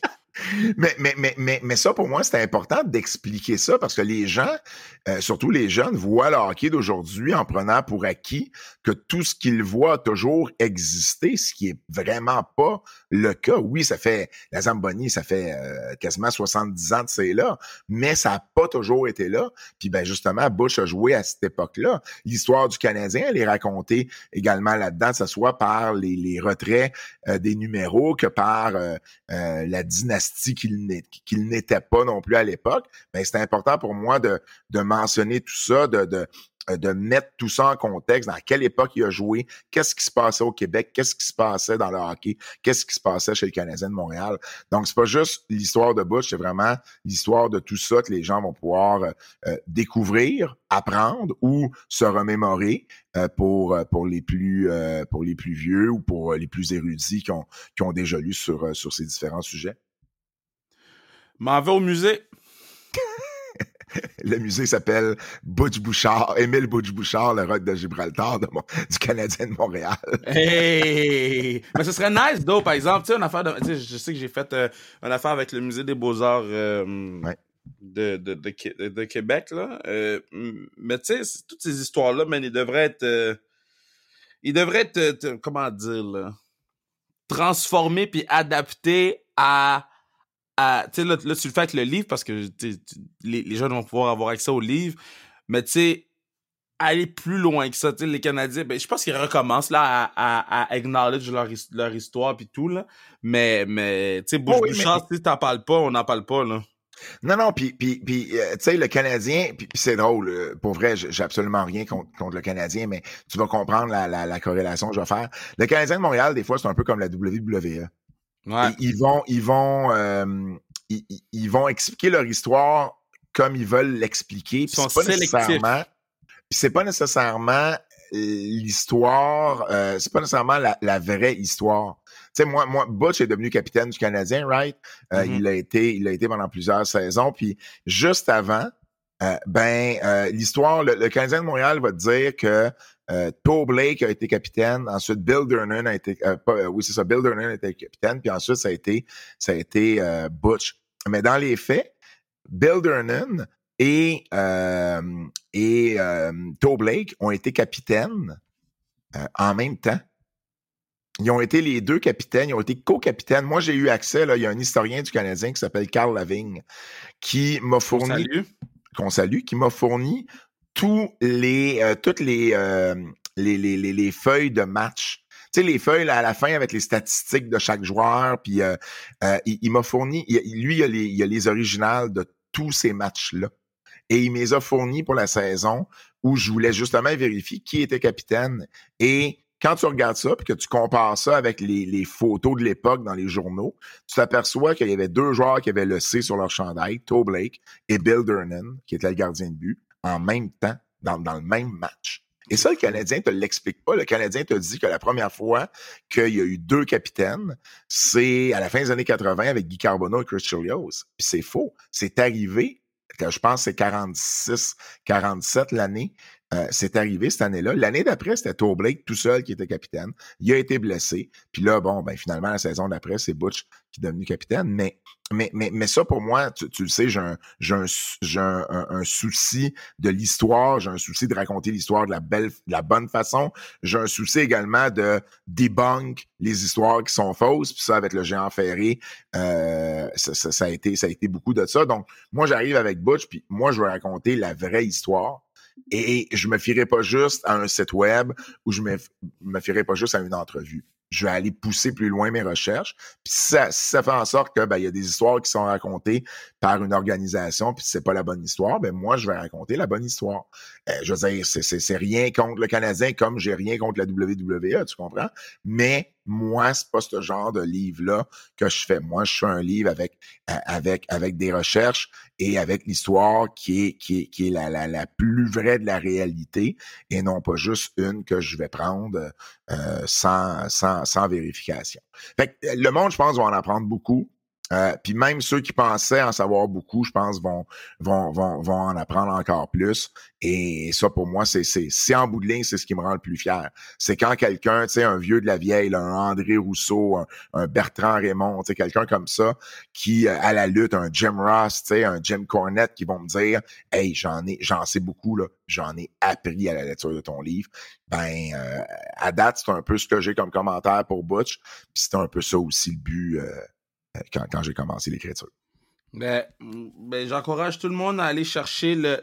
B: Mais ça, pour moi, c'est important d'expliquer ça parce que les gens, surtout les jeunes, voient le hockey d'aujourd'hui en prenant pour acquis que tout ce qu'ils voient a toujours existé, ce qui est vraiment pas le cas. Oui, la Zamboni, ça fait quasiment 70 ans de c'est là, mais ça n'a pas toujours été là. Puis ben justement, Bush a joué à cette époque-là. L'histoire du Canadien, elle est racontée également là-dedans, que ce soit par les retraits des numéros que par la dynastie qu'il n'était pas non plus à l'époque. Ben, c'est important pour moi de mentionner tout ça, de mettre tout ça en contexte, dans quelle époque il a joué, qu'est-ce qui se passait au Québec, qu'est-ce qui se passait dans le hockey, qu'est-ce qui se passait chez le Canadien de Montréal. Donc, c'est pas juste l'histoire de Bush, c'est vraiment l'histoire de tout ça que les gens vont pouvoir découvrir, apprendre ou se remémorer pour les plus vieux ou pour les plus érudits qui ont déjà lu sur ces différents sujets.
A: M'en vais au musée.
B: Le musée s'appelle Émile Butch Bouchard, le roc de Gibraltar du Canadien de Montréal.
A: Hey! Mais ce serait nice, though, par exemple, tu sais, une affaire je sais que j'ai fait une affaire avec le musée des Beaux-Arts de Québec, là. Mais tu sais, toutes ces histoires-là, man, ils devraient être, comment dire, là, transformés puis adaptés à tu sais, là, tu le fais avec le livre parce que les jeunes vont pouvoir avoir accès au livre, mais tu sais, aller plus loin que ça, tu sais, les Canadiens, ben, je pense qu'ils recommencent là à acknowledge leur histoire puis tout, là, mais tu sais, Bouchard, si t'en parles pas, on n'en parle pas, là.
B: Non, puis tu sais, le Canadien, puis c'est drôle, pour vrai, j'ai absolument rien contre le Canadien, mais tu vas comprendre la corrélation que je vais faire. Le Canadien de Montréal, des fois, c'est un peu comme la WWE. Ouais. Ils vont expliquer leur histoire comme ils veulent l'expliquer. C'est pas nécessairement l'histoire, c'est pas nécessairement la vraie histoire. Tu sais, moi, Butch est devenu capitaine du Canadien, right? Il a été pendant plusieurs saisons. Puis juste avant, l'histoire, le Canadien de Montréal va te dire que Toe Blake a été capitaine, ensuite Bill Durnan a été Bill Durnan a été capitaine, puis ensuite ça a été Butch. Mais dans les faits, Bill Durnan et Toe Blake ont été capitaines en même temps. Ils ont été les deux capitaines, ils ont été co-capitaines. Moi, j'ai eu accès, là, il y a un historien du Canadien qui s'appelle Carl Lavigne qui m'a fourni qui m'a fourni toutes les feuilles de match. Tu sais, les feuilles là, à la fin avec les statistiques de chaque joueur, puis il m'a fourni, il y a les originales de tous ces matchs-là. Et il me les a fournis pour la saison où je voulais justement vérifier qui était capitaine. Et quand tu regardes ça, puis que tu compares ça avec les photos de l'époque dans les journaux, tu t'aperçois qu'il y avait deux joueurs qui avaient le C sur leur chandail, Toe Blake et Bill Durnan, qui était le gardien de but, en même temps, dans le même match. Et ça, le Canadien te l'explique pas. Le Canadien te dit que la première fois qu'il y a eu deux capitaines, c'est à la fin des années 80 avec Guy Carbonneau et Chris Chelios. Puis c'est faux. C'est arrivé, je pense que c'est 46, 47 l'année, c'est arrivé cette année-là. L'année d'après, c'était Toe Blake tout seul qui était capitaine. Il a été blessé. Puis là, bon, ben finalement, la saison d'après, c'est Butch qui est devenu capitaine. Mais ça, pour moi, tu le sais, j'ai un souci de l'histoire, j'ai un souci de raconter l'histoire de la bonne façon. J'ai un souci également de debunk les histoires qui sont fausses. Puis ça, avec le géant ferré, ça a été beaucoup de ça. Donc, moi, j'arrive avec Butch, puis moi, je vais raconter la vraie histoire. Et je me fierai pas juste à un site web ou je me fierai pas juste à une entrevue. Je vais aller pousser plus loin mes recherches. Puis ça fait en sorte que il y a des histoires qui sont racontées par une organisation, puis si c'est pas la bonne histoire, moi je vais raconter la bonne histoire. Je veux dire, c'est rien contre le Canadien comme j'ai rien contre la WWE, tu comprends? Mais moi, c'est pas ce genre de livre-là que je fais. Moi, je fais un livre avec des recherches et avec l'histoire qui est la plus vraie de la réalité et non pas juste une que je vais prendre sans vérification. Fait que le monde, je pense, va en apprendre beaucoup. Puis même ceux qui pensaient en savoir beaucoup, je pense, vont en apprendre encore plus. Et ça, pour moi, c'est en bout de ligne, c'est ce qui me rend le plus fier. C'est quand quelqu'un, tu sais, un vieux de la vieille, là, un André Rousseau, un Bertrand Raymond, tu sais, quelqu'un comme ça, qui, à la lutte, un Jim Ross, tu sais, un Jim Cornette, qui vont me dire, hey, j'en sais beaucoup, là, j'en ai appris à la lecture de ton livre. À date, c'est un peu ce que j'ai comme commentaire pour Butch. Puis c'est un peu ça aussi le but, quand j'ai commencé l'écriture.
A: Ben, j'encourage tout le monde à aller chercher le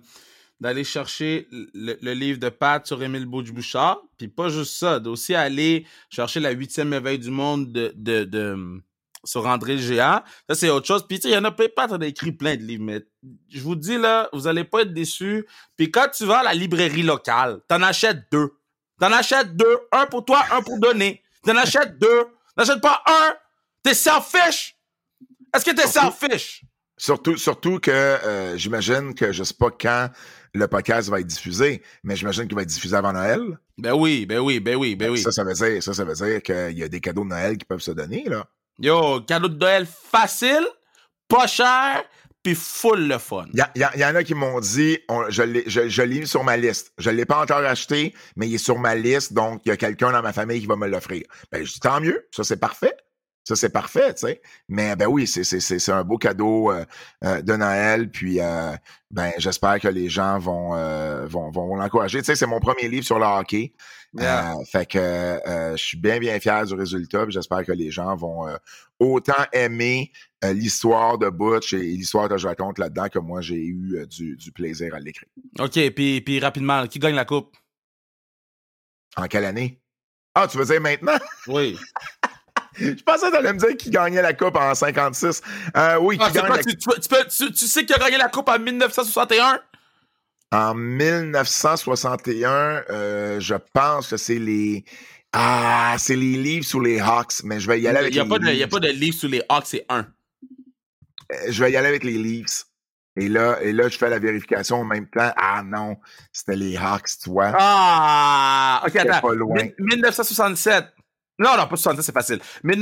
A: livre de Pat sur Émile Bouch-Bouchard, puis pas juste ça, aussi aller chercher la 8e merveille du monde sur André le Géant. Ça, c'est autre chose. Puis, tu sais, il y en a pas, Pat a écrit plein de livres, mais je vous dis, là, vous allez pas être déçus. Puis quand tu vas à la librairie locale, t'en achètes 2. T'en achètes 2. Un pour toi, un pour donner. T'en achètes 2. N'achète pas un. T'es selfish? Est-ce que t'es selfish?
B: Surtout que j'imagine que je sais pas quand le podcast va être diffusé, mais j'imagine qu'il va être diffusé avant Noël.
A: Ben oui.
B: Ça veut dire qu'il y a des cadeaux de Noël qui peuvent se donner, là.
A: Yo, cadeau de Noël facile, pas cher, puis full le fun.
B: Il y en a qui m'ont dit, je l'ai mis sur ma liste. Je l'ai pas encore acheté, mais il est sur ma liste, donc il y a quelqu'un dans ma famille qui va me l'offrir. Ben, je dis tant mieux, ça c'est parfait. Ça, c'est parfait, tu sais. Mais oui, c'est un beau cadeau de Noël. Puis j'espère que les gens vont l'encourager. Tu sais, c'est mon premier livre sur le hockey.
A: Yeah.
B: Fait que je suis bien fier du résultat. Puis j'espère que les gens vont autant aimer l'histoire de Butch et l'histoire que je raconte là-dedans que moi, j'ai eu du plaisir à l'écrire.
A: OK, puis rapidement, qui gagne la coupe?
B: En quelle année? Ah, tu veux dire maintenant?
A: Oui.
B: Je pensais que tu allais me dire qui gagnait la coupe en 56. Oui, qui gagne
A: tu sais qui a gagné la coupe en 1961?
B: En 1961, je pense que c'est les livres sur les Hawks, mais je vais y aller avec les Leafs.
A: Il n'y a pas de livre sur les Hawks, c'est 1.
B: Je vais y aller avec les Leafs. Et là, je fais la vérification en même temps. Ah non, c'était les Hawks, tu vois.
A: Ah! OK, attends.
B: Pas loin.
A: 1967. Non, pas 67, c'est facile.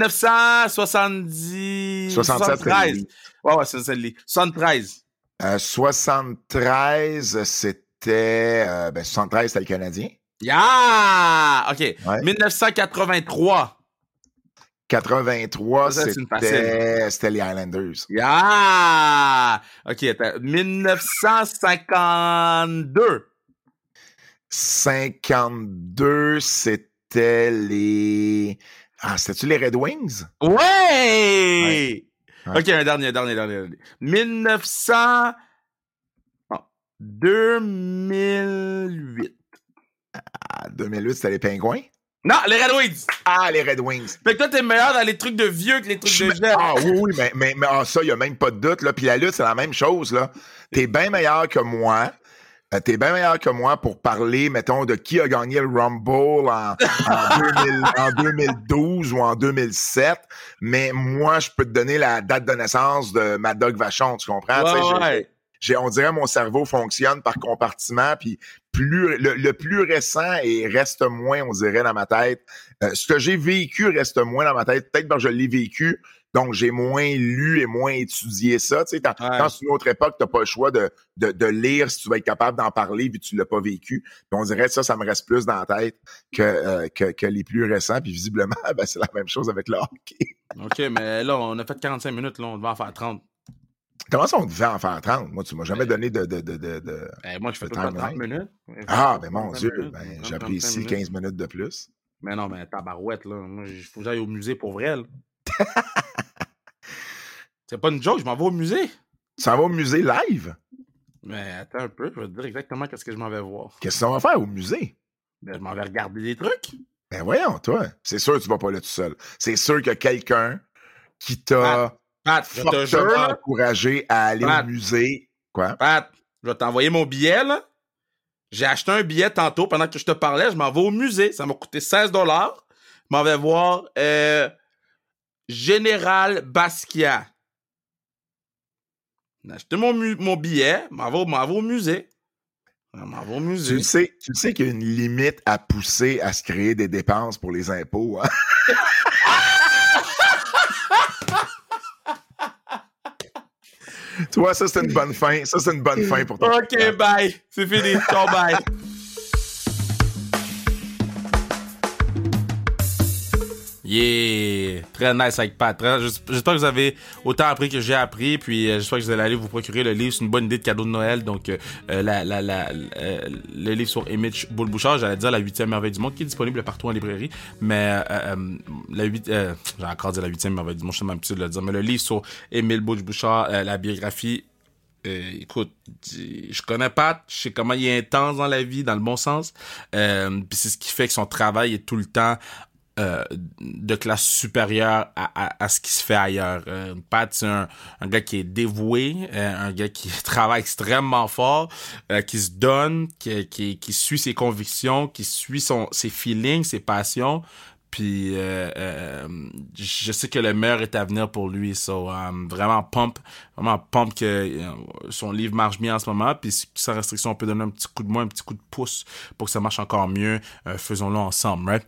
A: 1970...
B: 73.
A: Ouais, c'est ça, 73.
B: 73, c'était... 73, c'était le Canadien.
A: Yeah! OK.
B: Ouais.
A: 1983.
B: 83,
A: ça,
B: c'était les Islanders.
A: Yeah! OK, attends. 1952.
B: 52, c'était les... Ah, c'était-tu les Red Wings?
A: Ouais! OK, un dernier. 2008.
B: 2008, c'était les Pingouins?
A: Non, les Red Wings!
B: Ah, les Red Wings.
A: Fait que toi, t'es meilleur dans les trucs de vieux que les trucs de jeunes.
B: Ah oui, mais ça, il n'y a même pas de doute. Là. Puis la lutte, c'est la même chose. Là. T'es bien meilleur que moi. T'es bien meilleur que moi pour parler, mettons, de qui a gagné le Rumble en 2012 ou en 2007. Mais moi, je peux te donner la date de naissance de Mad Dog Vachon, tu comprends?
A: Ouais.
B: On dirait que mon cerveau fonctionne par compartiment, puis le plus récent et reste moins, on dirait, dans ma tête. Ce que j'ai vécu reste moins dans ma tête. Peut-être parce que je l'ai vécu Donc, j'ai moins lu et moins étudié ça. Tu sais, dans une autre époque, t'as pas le choix de lire si tu vas être capable d'en parler vu que tu l'as pas vécu. Puis on dirait que ça me reste plus dans la tête que les plus récents. Puis visiblement, ben, c'est la même chose avec le hockey.
A: OK, mais là, on a fait 45 minutes, là, on devait en faire 30.
B: Comment ça, on devait en faire 30? Moi, tu m'as jamais donné de
A: moi, je fais tout le temps 30 minutes.
B: Ben mon Dieu, j'apprécie 15 minutes de plus.
A: Mais non, mais tabarouette, là. Moi, il faut que j'aille au musée pour vrai, là. C'est pas une joke, je m'en vais au musée.
B: Tu s'en vas au musée live?
A: Mais attends un peu, je vais te dire exactement qu'est-ce que je m'en vais voir.
B: Qu'est-ce qu'on va faire au musée?
A: Ben, je m'en vais regarder des trucs.
B: Ben voyons, toi. C'est sûr que tu vas pas là tout seul. C'est sûr qu'il y a quelqu'un qui t'a fortement encouragé à aller au musée. Quoi?
A: Pat, je vais t'envoyer mon billet, là. J'ai acheté un billet tantôt pendant que je te parlais. Je m'en vais au musée. Ça m'a coûté 16 $. Je m'en vais voir Général Basquiat. J'ai acheté mon billet. Je m'en vais au musée.
B: Tu sais qu'il y a une limite à pousser à se créer des dépenses pour les impôts. Hein? Tu vois, ça, c'est une bonne fin. Ça, c'est une bonne fin pour toi.
A: OK, bye. C'est fini. Ciao, bye. Yeah! Très nice avec Pat. J'espère que vous avez autant appris que j'ai appris. Puis j'espère que vous allez aller vous procurer le livre. C'est une bonne idée de cadeau de Noël. Donc, le livre sur Émile Boulbouchard, j'allais dire la 8e merveille du monde, qui est disponible partout en librairie. Mais j'ai encore dit la 8e merveille du monde, je suis même plus de le dire. Mais le livre sur Émile Boulbouchard, la biographie, écoute, je connais Pat, je sais comment il est intense dans la vie, dans le bon sens. Puis c'est ce qui fait que son travail est tout le temps de classe supérieure à ce qui se fait ailleurs. Pat, c'est un gars qui est dévoué, un gars qui travaille extrêmement fort, qui se donne, qui suit ses convictions, qui suit ses feelings, ses passions. Puis je sais que le meilleur est à venir pour lui. So, vraiment pump que son livre marche bien en ce moment. Puis sans restriction, on peut donner un petit coup de main, un petit coup de pouce pour que ça marche encore mieux. Faisons-le ensemble, right?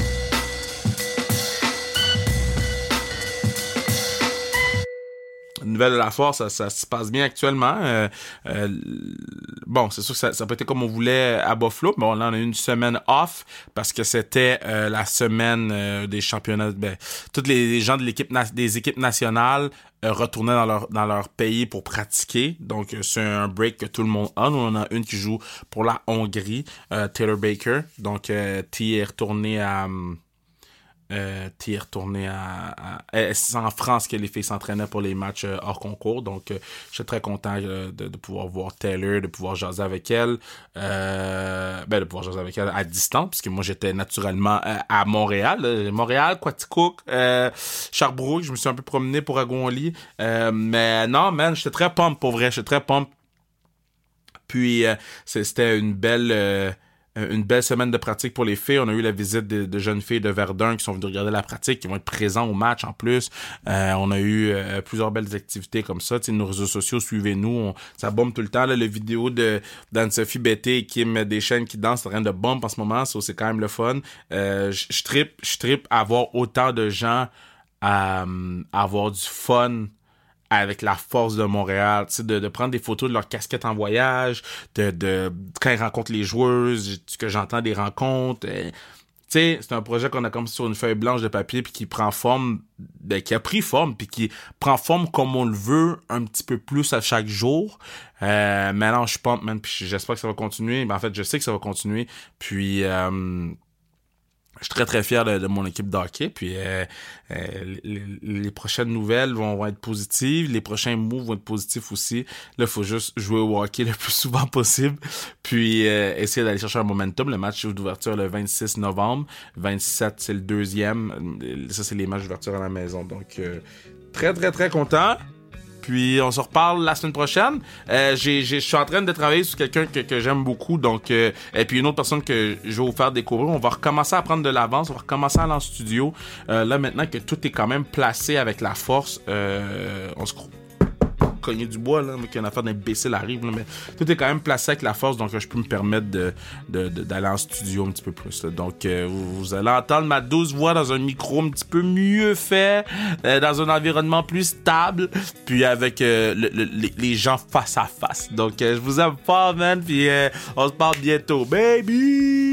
A: Nouvelle de la force, ça se passe bien actuellement. Bon, c'est sûr que ça n'a pas été comme on voulait à Buffalo, mais là, on a eu une semaine off parce que c'était la semaine des championnats. Tous les gens de des équipes nationales retournaient dans leur pays pour pratiquer. Donc, c'est un break que tout le monde a. Nous, on en a une qui joue pour la Hongrie, Taylor Baker. Donc, T est retourné à... c'est en France que les filles s'entraînaient pour les matchs hors concours, donc je suis très content de pouvoir voir Taylor, de pouvoir jaser avec elle, de pouvoir jaser avec elle à distance, parce que moi j'étais naturellement à Montréal, Quaticook, Sherbrooke, je me suis un peu promené pour Agouonli, mais non man, j'étais très pump pour vrai, j'étais très pump. Puis c'était une belle semaine de pratique pour les filles. On a eu la visite de jeunes filles de Verdun qui sont venues regarder la pratique, qui vont être présents au match en plus. On a eu plusieurs belles activités comme ça. T'sais, nos réseaux sociaux, suivez-nous. Ça bombe tout le temps. Là, les vidéos d'Anne-Sophie Betté et Kim Deschênes qui dansent, c'est en train de bombe en ce moment. Ça, c'est quand même le fun. Je trippe à avoir autant de gens à avoir du fun avec la force de Montréal, tu sais, de prendre des photos de leurs casquettes en voyage, de quand ils rencontrent les joueuses, que j'entends des rencontres. Tu sais, c'est un projet qu'on a comme sur une feuille blanche de papier puis qui prend forme, qui a pris forme puis qui prend forme comme on le veut un petit peu plus à chaque jour. Maintenant, je suis pumped, man, puis j'espère que ça va continuer. En fait, je sais que ça va continuer. Puis je suis très très fier de mon équipe de hockey, puis les prochaines nouvelles vont être positives, les prochains moves vont être positifs aussi. Là, il faut juste jouer au hockey le plus souvent possible, puis essayer d'aller chercher un momentum. Le match d'ouverture le 26 novembre, 27 c'est le deuxième, ça c'est les matchs d'ouverture à la maison, donc très très très content. Puis on se reparle la semaine prochaine. Je suis en train de travailler sur quelqu'un que j'aime beaucoup, donc et puis une autre personne que je vais vous faire découvrir. On va recommencer à prendre de l'avance, on va recommencer à aller en studio. Là maintenant que tout est quand même placé avec la force, on se cogner du bois, là, mais qu'une affaire d'imbécile arrive, là, mais tout est quand même placé avec la force, donc je peux me permettre d'aller en studio un petit peu plus, là. Donc, vous allez entendre ma douce voix dans un micro un petit peu mieux fait, dans un environnement plus stable, puis avec les gens face à face. Donc, je vous aime fort, man, puis on se parle bientôt. Baby!